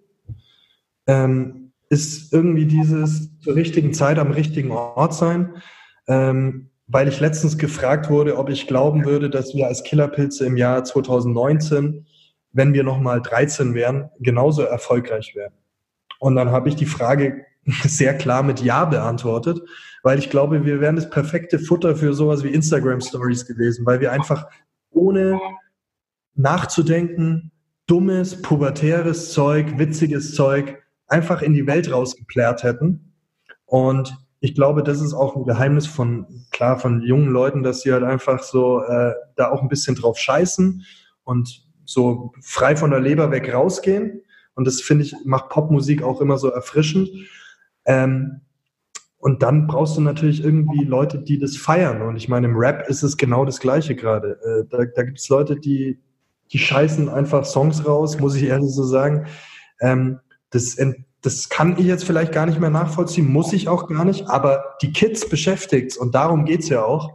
ist irgendwie dieses zur richtigen Zeit am richtigen Ort sein. Weil ich letztens gefragt wurde, ob ich glauben würde, dass wir als Killerpilze im Jahr 2019, wenn wir nochmal 13 wären, genauso erfolgreich wären. Und dann habe ich die Frage sehr klar mit Ja beantwortet, weil ich glaube, wir wären das perfekte Futter für sowas wie Instagram-Stories gewesen, weil wir einfach ohne nachzudenken, dummes, pubertäres Zeug, witziges Zeug einfach in die Welt rausgeplärt hätten. Und ich glaube, das ist auch ein Geheimnis von jungen Leuten, dass sie halt einfach so da auch ein bisschen drauf scheißen und so frei von der Leber weg rausgehen. Und das, finde ich, macht Popmusik auch immer so erfrischend. Und dann brauchst du natürlich irgendwie Leute, die das feiern. Und ich meine, im Rap ist es genau das Gleiche gerade. Da gibt es Leute, die scheißen einfach Songs raus, muss ich ehrlich so sagen. Das kann ich jetzt vielleicht gar nicht mehr nachvollziehen, muss ich auch gar nicht, aber die Kids beschäftigt's und darum geht's ja auch.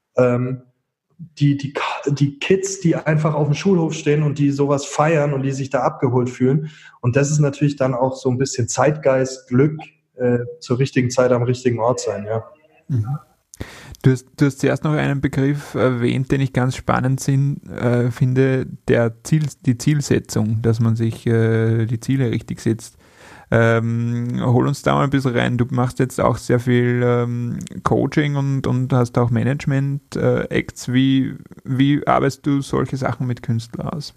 Die Kids, die einfach auf dem Schulhof stehen und die sowas feiern und die sich da abgeholt fühlen. Und das ist natürlich dann auch so ein bisschen Zeitgeist, Glück, zur richtigen Zeit am richtigen Ort sein, ja. Mhm. Du hast zuerst noch einen Begriff erwähnt, den ich ganz spannend finde, die Zielsetzung, dass man sich die Ziele richtig setzt. Hol uns da mal ein bisschen rein. Du machst jetzt auch sehr viel Coaching und hast auch Management-Acts. Wie arbeitest du solche Sachen mit Künstlern aus?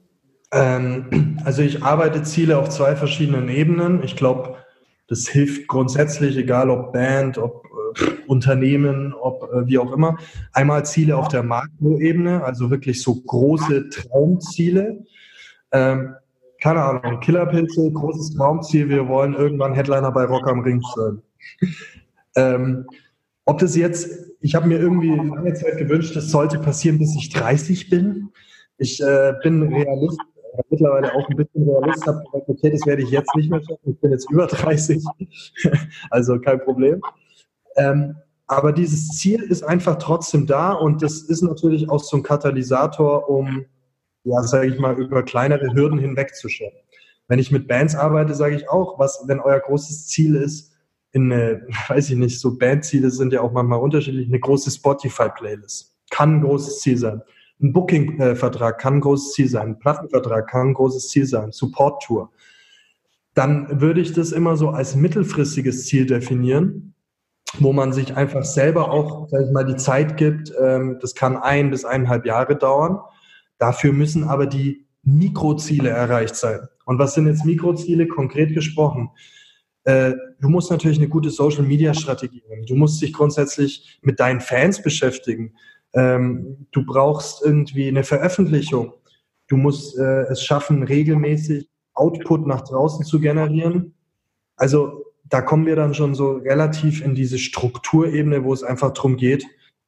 Also ich arbeite Ziele auf 2 verschiedenen Ebenen. Ich glaube, das hilft grundsätzlich, egal ob Band, ob Unternehmen, ob wie auch immer. Einmal Ziele auf der Makroebene, also wirklich so große Traumziele. Keine Ahnung, Killerpilze, großes Traumziel, wir wollen irgendwann Headliner bei Rock am Ring sein. Ob das jetzt, ich habe mir irgendwie lange Zeit gewünscht, das sollte passieren, bis ich 30 bin. Ich bin Realist, mittlerweile auch ein bisschen Realist, habe gesagt, okay, das werde ich jetzt nicht mehr schaffen, ich bin jetzt über 30, also kein Problem. Aber dieses Ziel ist einfach trotzdem da und das ist natürlich auch so ein Katalysator, um, ja, sage ich mal, über kleinere Hürden hinwegzuschauen. Wenn ich mit Bands arbeite, sage ich auch, wenn euer großes Ziel ist, weiß ich nicht, so Bandziele sind ja auch manchmal unterschiedlich, eine große Spotify-Playlist kann ein großes Ziel sein. Ein Booking-Vertrag kann ein großes Ziel sein. Ein Plattenvertrag kann ein großes Ziel sein. Support-Tour. Dann würde ich das immer so als mittelfristiges Ziel definieren, wo man sich einfach selber auch, sag ich mal, die Zeit gibt. Das kann 1 bis 1,5 Jahre dauern. Dafür müssen aber die Mikroziele erreicht sein. Und was sind jetzt Mikroziele, konkret gesprochen? Du musst natürlich eine gute Social-Media-Strategie haben. Du musst dich grundsätzlich mit deinen Fans beschäftigen. Du brauchst irgendwie eine Veröffentlichung. Du musst es schaffen, regelmäßig Output nach draußen zu generieren. Also da kommen wir dann schon so relativ in diese Strukturebene, wo es einfach darum geht,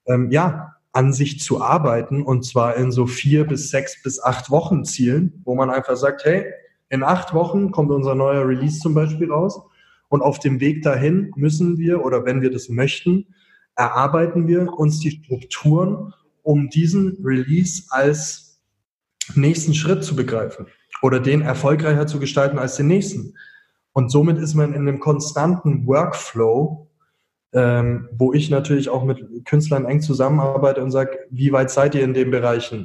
an sich zu arbeiten, und zwar in so 4 bis 6 bis 8 Wochen Zielen, wo man einfach sagt, hey, in 8 Wochen kommt unser neuer Release zum Beispiel raus, und auf dem Weg dahin müssen wir, oder wenn wir das möchten, erarbeiten wir uns die Strukturen, um diesen Release als nächsten Schritt zu begreifen oder den erfolgreicher zu gestalten als den nächsten. Und somit ist man in einem konstanten Workflow, wo ich natürlich auch mit Künstlern eng zusammenarbeite und sage, wie weit seid ihr in den Bereichen?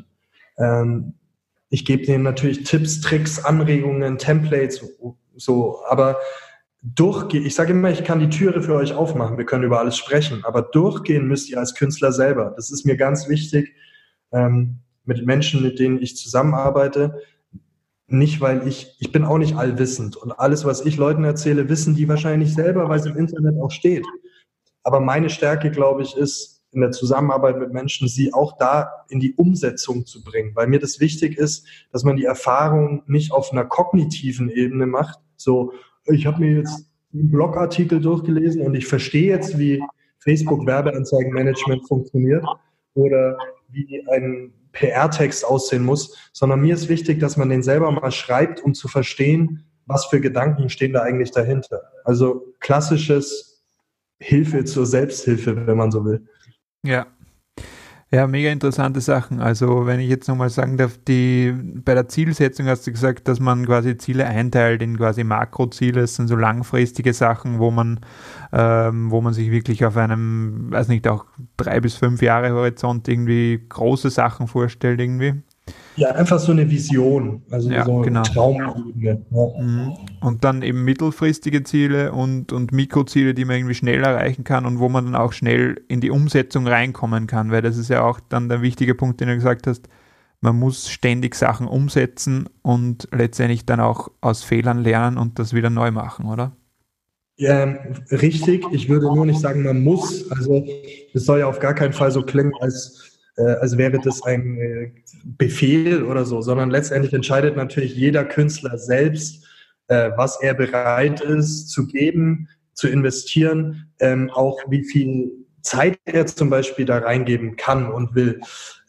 Ich gebe denen natürlich Tipps, Tricks, Anregungen, Templates, so, aber ich sage immer, ich kann die Türe für euch aufmachen, wir können über alles sprechen, aber durchgehen müsst ihr als Künstler selber. Das ist mir ganz wichtig, mit Menschen, mit denen ich zusammenarbeite. Nicht, weil ich bin auch nicht allwissend, und alles, was ich Leuten erzähle, wissen die wahrscheinlich selber, weil es im Internet auch steht. Aber meine Stärke, glaube ich, ist in der Zusammenarbeit mit Menschen, sie auch da in die Umsetzung zu bringen, weil mir das wichtig ist, dass man die Erfahrung nicht auf einer kognitiven Ebene macht, so, ich habe mir jetzt einen Blogartikel durchgelesen und ich verstehe jetzt, wie Facebook-Werbeanzeigenmanagement funktioniert oder wie ein PR-Text aussehen muss, sondern mir ist wichtig, dass man den selber mal schreibt, um zu verstehen, was für Gedanken stehen da eigentlich dahinter. Also klassisches Hilfe zur Selbsthilfe, wenn man so will. Ja. Ja, mega interessante Sachen. Also wenn ich jetzt nochmal sagen darf, bei der Zielsetzung hast du gesagt, dass man quasi Ziele einteilt in quasi Makroziele. Das sind so langfristige Sachen, wo man sich wirklich auf einem, weiß nicht, auch 3 bis 5 Jahre Horizont irgendwie große Sachen vorstellt irgendwie. Ja, einfach so eine Vision, also ja, so genau. eine Traumebene. Ja. Und dann eben mittelfristige Ziele und Mikroziele, die man irgendwie schnell erreichen kann und wo man dann auch schnell in die Umsetzung reinkommen kann, weil das ist ja auch dann der wichtige Punkt, den du gesagt hast, man muss ständig Sachen umsetzen und letztendlich dann auch aus Fehlern lernen und das wieder neu machen, oder? Ja, richtig, ich würde nur nicht sagen, man muss, also es soll ja auf gar keinen Fall so klingen, als wäre das ein Befehl oder so, sondern letztendlich entscheidet natürlich jeder Künstler selbst, was er bereit ist zu geben, zu investieren, auch wie viel Zeit er zum Beispiel da reingeben kann und will.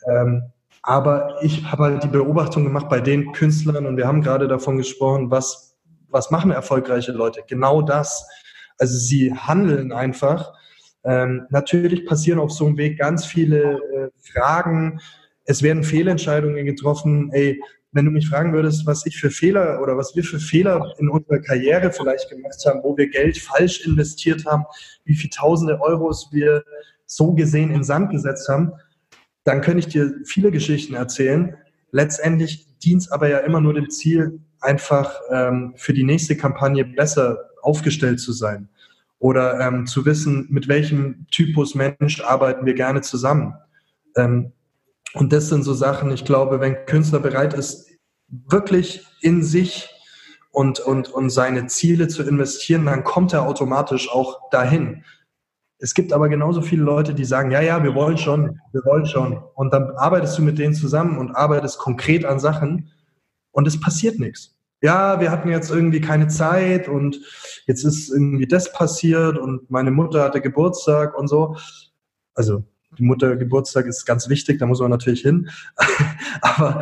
Aber ich habe halt die Beobachtung gemacht bei den Künstlern, und wir haben gerade davon gesprochen, was machen erfolgreiche Leute? Genau das. Also sie handeln einfach. Natürlich passieren auf so einem Weg ganz viele Fragen. Es werden Fehlentscheidungen getroffen. Ey, wenn du mich fragen würdest, was wir für Fehler in unserer Karriere vielleicht gemacht haben, wo wir Geld falsch investiert haben, wie viele tausende Euros wir so gesehen in Sand gesetzt haben, dann könnte ich dir viele Geschichten erzählen. Letztendlich dient es aber ja immer nur dem Ziel, einfach für die nächste Kampagne besser aufgestellt zu sein. Oder zu wissen, mit welchem Typus Mensch arbeiten wir gerne zusammen. Und das sind so Sachen, ich glaube, wenn ein Künstler bereit ist, wirklich in sich und seine Ziele zu investieren, dann kommt er automatisch auch dahin. Es gibt aber genauso viele Leute, die sagen, ja, wir wollen schon. Und dann arbeitest du mit denen zusammen und arbeitest konkret an Sachen und es passiert nichts. Ja, wir hatten jetzt irgendwie keine Zeit und jetzt ist irgendwie das passiert und meine Mutter hatte Geburtstag und so. Also die Mutter Geburtstag ist ganz wichtig, da muss man natürlich hin. Aber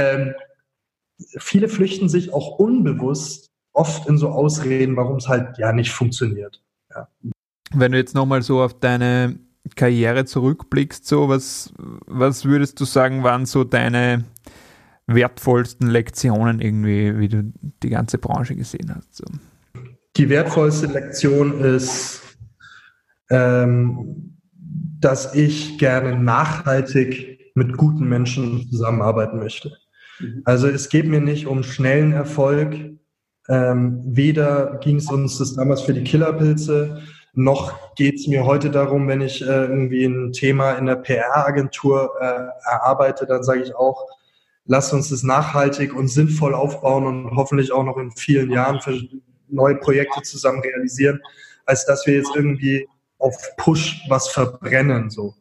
viele flüchten sich auch unbewusst oft in so Ausreden, warum es halt ja nicht funktioniert. Ja. Wenn du jetzt nochmal so auf deine Karriere zurückblickst, so was würdest du sagen, waren so deine wertvollsten Lektionen irgendwie, wie du die ganze Branche gesehen hast? So. Die wertvollste Lektion ist, dass ich gerne nachhaltig mit guten Menschen zusammenarbeiten möchte. Also es geht mir nicht um schnellen Erfolg. Weder ging es uns das damals für die Killerpilze, noch geht es mir heute darum, wenn ich irgendwie ein Thema in der PR-Agentur erarbeite, dann sage ich auch, lasst uns das nachhaltig und sinnvoll aufbauen und hoffentlich auch noch in vielen Jahren für neue Projekte zusammen realisieren, als dass wir jetzt irgendwie auf Push was verbrennen. So.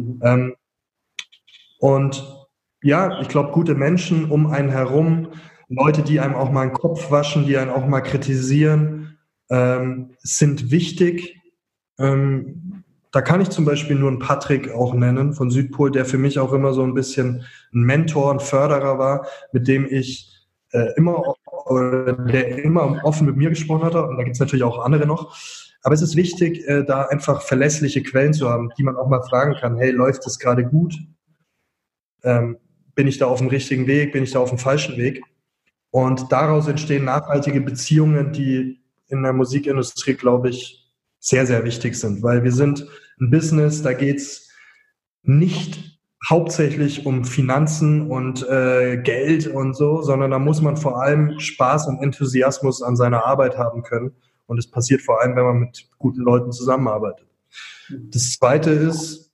Und ja, ich glaube, gute Menschen um einen herum, Leute, die einem auch mal den Kopf waschen, die einen auch mal kritisieren, sind wichtig. Da kann ich zum Beispiel nur einen Patrick auch nennen von Südpol, der für mich auch immer so ein bisschen ein Mentor, ein Förderer war, mit dem ich der immer offen mit mir gesprochen hat. Und da gibt es natürlich auch andere noch. Aber es ist wichtig, da einfach verlässliche Quellen zu haben, die man auch mal fragen kann, hey, läuft das gerade gut? Bin ich da auf dem richtigen Weg? Bin ich da auf dem falschen Weg? Und daraus entstehen nachhaltige Beziehungen, die in der Musikindustrie, glaube ich, sehr, sehr wichtig sind, weil wir sind ein Business, da geht es nicht hauptsächlich um Finanzen und Geld und so, sondern da muss man vor allem Spaß und Enthusiasmus an seiner Arbeit haben können. Und es passiert vor allem, wenn man mit guten Leuten zusammenarbeitet. Das Zweite ist,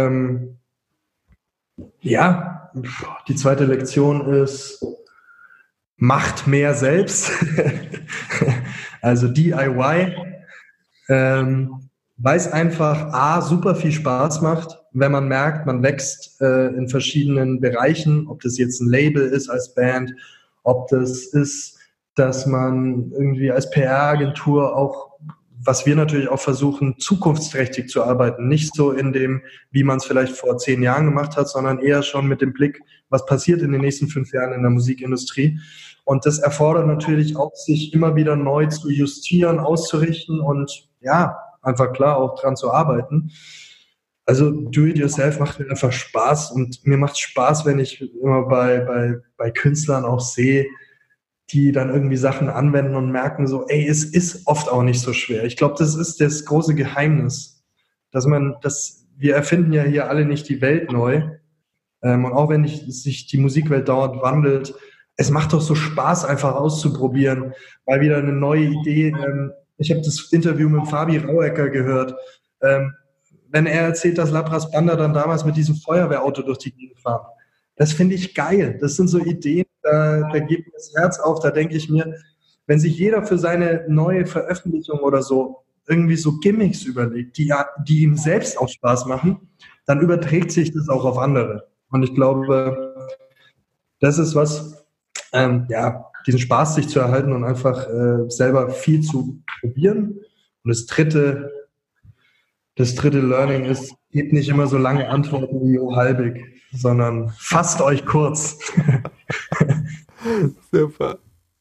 die zweite Lektion ist, macht mehr selbst. Also DIY. Weil es einfach super viel Spaß macht, wenn man merkt, man wächst in verschiedenen Bereichen, ob das jetzt ein Label ist als Band, ob das ist, dass man irgendwie als PR-Agentur auch, was wir natürlich auch versuchen, zukunftsträchtig zu arbeiten, nicht so in dem, wie man es vielleicht vor 10 Jahren gemacht hat, sondern eher schon mit dem Blick, was passiert in den nächsten 5 Jahren in der Musikindustrie. Und das erfordert natürlich auch, sich immer wieder neu zu justieren, auszurichten und ja, einfach klar auch dran zu arbeiten. Also Do-it-yourself macht mir einfach Spaß und mir macht es Spaß, wenn ich immer bei Künstlern auch sehe, die dann irgendwie Sachen anwenden und merken so, ey, es ist oft auch nicht so schwer. Ich glaube, das ist das große Geheimnis, wir erfinden ja hier alle nicht die Welt neu. Und auch wenn sich die Musikwelt dauernd wandelt, es macht doch so Spaß, einfach auszuprobieren, weil wieder eine neue Idee, ich habe das Interview mit Fabi Rauecker gehört, wenn er erzählt, dass Labras Banda dann damals mit diesem Feuerwehrauto durch die Gegend fahren. Das finde ich geil. Das sind so Ideen, da geht mir das Herz auf, da denke ich mir, wenn sich jeder für seine neue Veröffentlichung oder so irgendwie so Gimmicks überlegt, die ihm selbst auch Spaß machen, dann überträgt sich das auch auf andere. Und ich glaube, das ist was, diesen Spaß sich zu erhalten und einfach selber viel zu probieren. Und das dritte Learning ist, gebt nicht immer so lange Antworten wie Jo Halbig, sondern fasst euch kurz. Super.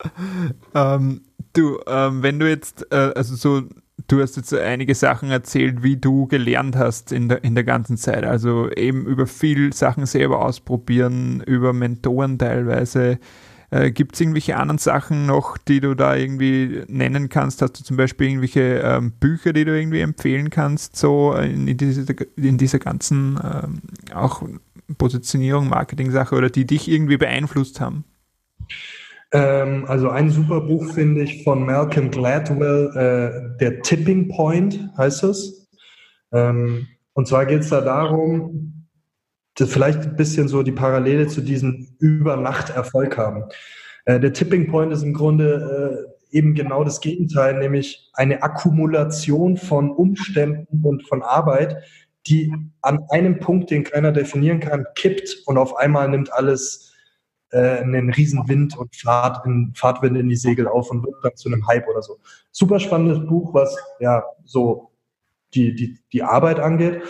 Wenn du jetzt, du hast jetzt einige Sachen erzählt, wie du gelernt hast in der ganzen Zeit, also eben über viel Sachen selber ausprobieren, über Mentoren teilweise. Gibt es irgendwelche anderen Sachen noch, die du da irgendwie nennen kannst? Hast du zum Beispiel irgendwelche Bücher, die du irgendwie empfehlen kannst, so in dieser ganzen auch Positionierung, Marketing-Sache oder die dich irgendwie beeinflusst haben? Also ein super Buch finde ich von Malcolm Gladwell, der Tipping Point heißt es. Und zwar geht es da darum, vielleicht ein bisschen so die Parallele zu diesem Über-Nacht-Erfolg haben. Der Tipping Point ist im Grunde eben genau das Gegenteil, nämlich eine Akkumulation von Umständen und von Arbeit, die an einem Punkt, den keiner definieren kann, kippt und auf einmal nimmt alles einen riesen Wind und Fahrtwind in die Segel auf und wird dann zu einem Hype oder so. Super spannendes Buch, was ja so die Arbeit angeht.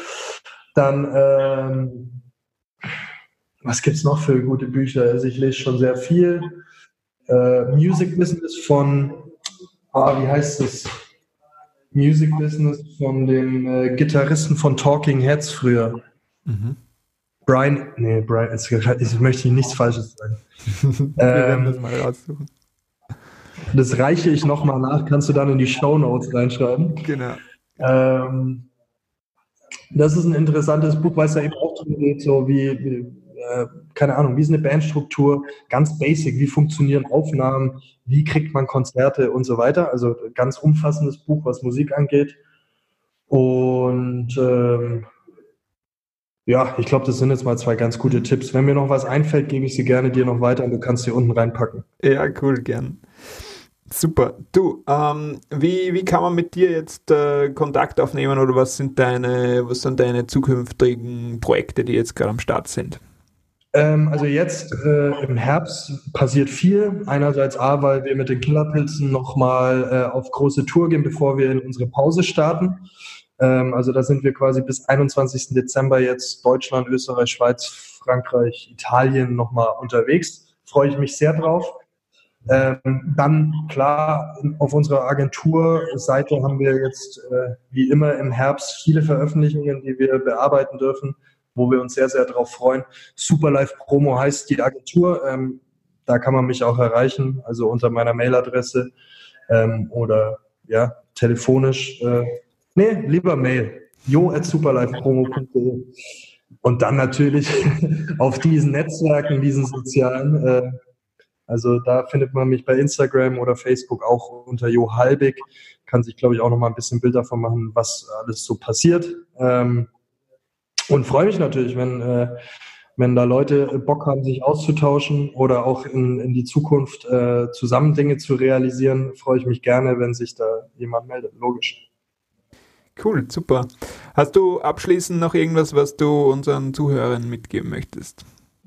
Dann was gibt's noch für gute Bücher? Also ich lese schon sehr viel. Music Business von, wie heißt das? Music Business von dem Gitarristen von Talking Heads früher. Mhm. Brian, jetzt möchte ich nichts Falsches sagen. Wir werden das mal raussuchen. Das reiche ich nochmal nach, kannst du dann in die Shownotes reinschreiben. Genau. Das ist ein interessantes Buch, weil es da eben auch darum geht, so keine Ahnung, wie ist eine Bandstruktur, ganz basic, wie funktionieren Aufnahmen, wie kriegt man Konzerte und so weiter. Also ganz umfassendes Buch, was Musik angeht. Und Ja, ich glaube, das sind jetzt mal 2 ganz gute Tipps. Wenn mir noch was einfällt, gebe ich sie gerne dir noch weiter und du kannst sie unten reinpacken. Ja, cool, gern. Super. Du, wie kann man mit dir jetzt Kontakt aufnehmen oder was sind deine zukünftigen Projekte, die jetzt gerade am Start sind? Also jetzt im Herbst passiert viel. Einerseits weil wir mit den Killerpilzen nochmal auf große Tour gehen, bevor wir in unsere Pause starten. Also da sind wir quasi bis 21. Dezember jetzt Deutschland, Österreich, Schweiz, Frankreich, Italien nochmal unterwegs. Freue ich mich sehr drauf. Dann klar, auf unserer Agenturseite haben wir jetzt wie immer im Herbst viele Veröffentlichungen, die wir bearbeiten dürfen, wo wir uns sehr, sehr darauf freuen. Superlife Promo heißt die Agentur. Da kann man mich auch erreichen, also unter meiner Mailadresse oder ja, telefonisch. Lieber Mail. jo@superlifepromo.de. Und dann natürlich auf diesen Netzwerken, diesen sozialen, also da findet man mich bei Instagram oder Facebook auch unter Jo Halbig. Kann sich, glaube ich, auch noch mal ein bisschen Bild davon machen, was alles so passiert. Und freue mich natürlich, wenn da Leute Bock haben, sich auszutauschen oder auch in die Zukunft zusammen Dinge zu realisieren, freue ich mich gerne, wenn sich da jemand meldet, logisch. Cool, super. Hast du abschließend noch irgendwas, was du unseren Zuhörern mitgeben möchtest?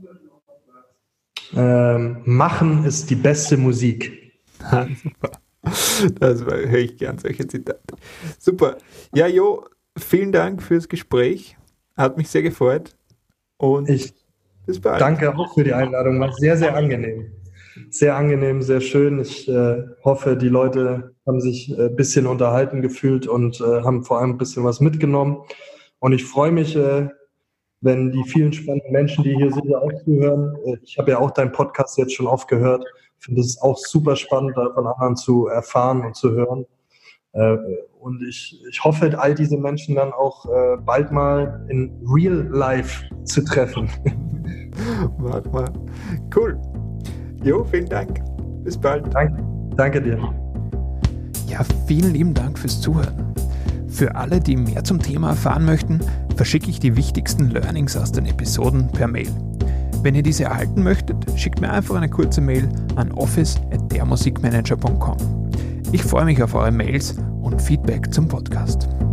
Machen ist die beste Musik. Super. Höre ich gern, solche Zitate. Super. Ja, Jo, vielen Dank fürs Gespräch. Hat mich sehr gefreut. Und bis bald. Danke auch für die Einladung. War sehr, sehr angenehm. Sehr angenehm, sehr schön. Ich hoffe, die Leute haben sich ein bisschen unterhalten gefühlt und haben vor allem ein bisschen was mitgenommen. Und ich freue mich, wenn die vielen spannenden Menschen, die hier sicher auch zuhören, ich habe ja auch deinen Podcast jetzt schon oft gehört, finde es auch super spannend, da von anderen zu erfahren und zu hören. Und ich hoffe, all diese Menschen dann auch bald mal in Real Life zu treffen. Mach mal. Cool. Jo, vielen Dank. Bis bald. Danke dir. Ja, vielen lieben Dank fürs Zuhören. Für alle, die mehr zum Thema erfahren möchten, verschicke ich die wichtigsten Learnings aus den Episoden per Mail. Wenn ihr diese erhalten möchtet, schickt mir einfach eine kurze Mail an office@dermusikmanager.com. Ich freue mich auf eure Mails und Feedback zum Podcast.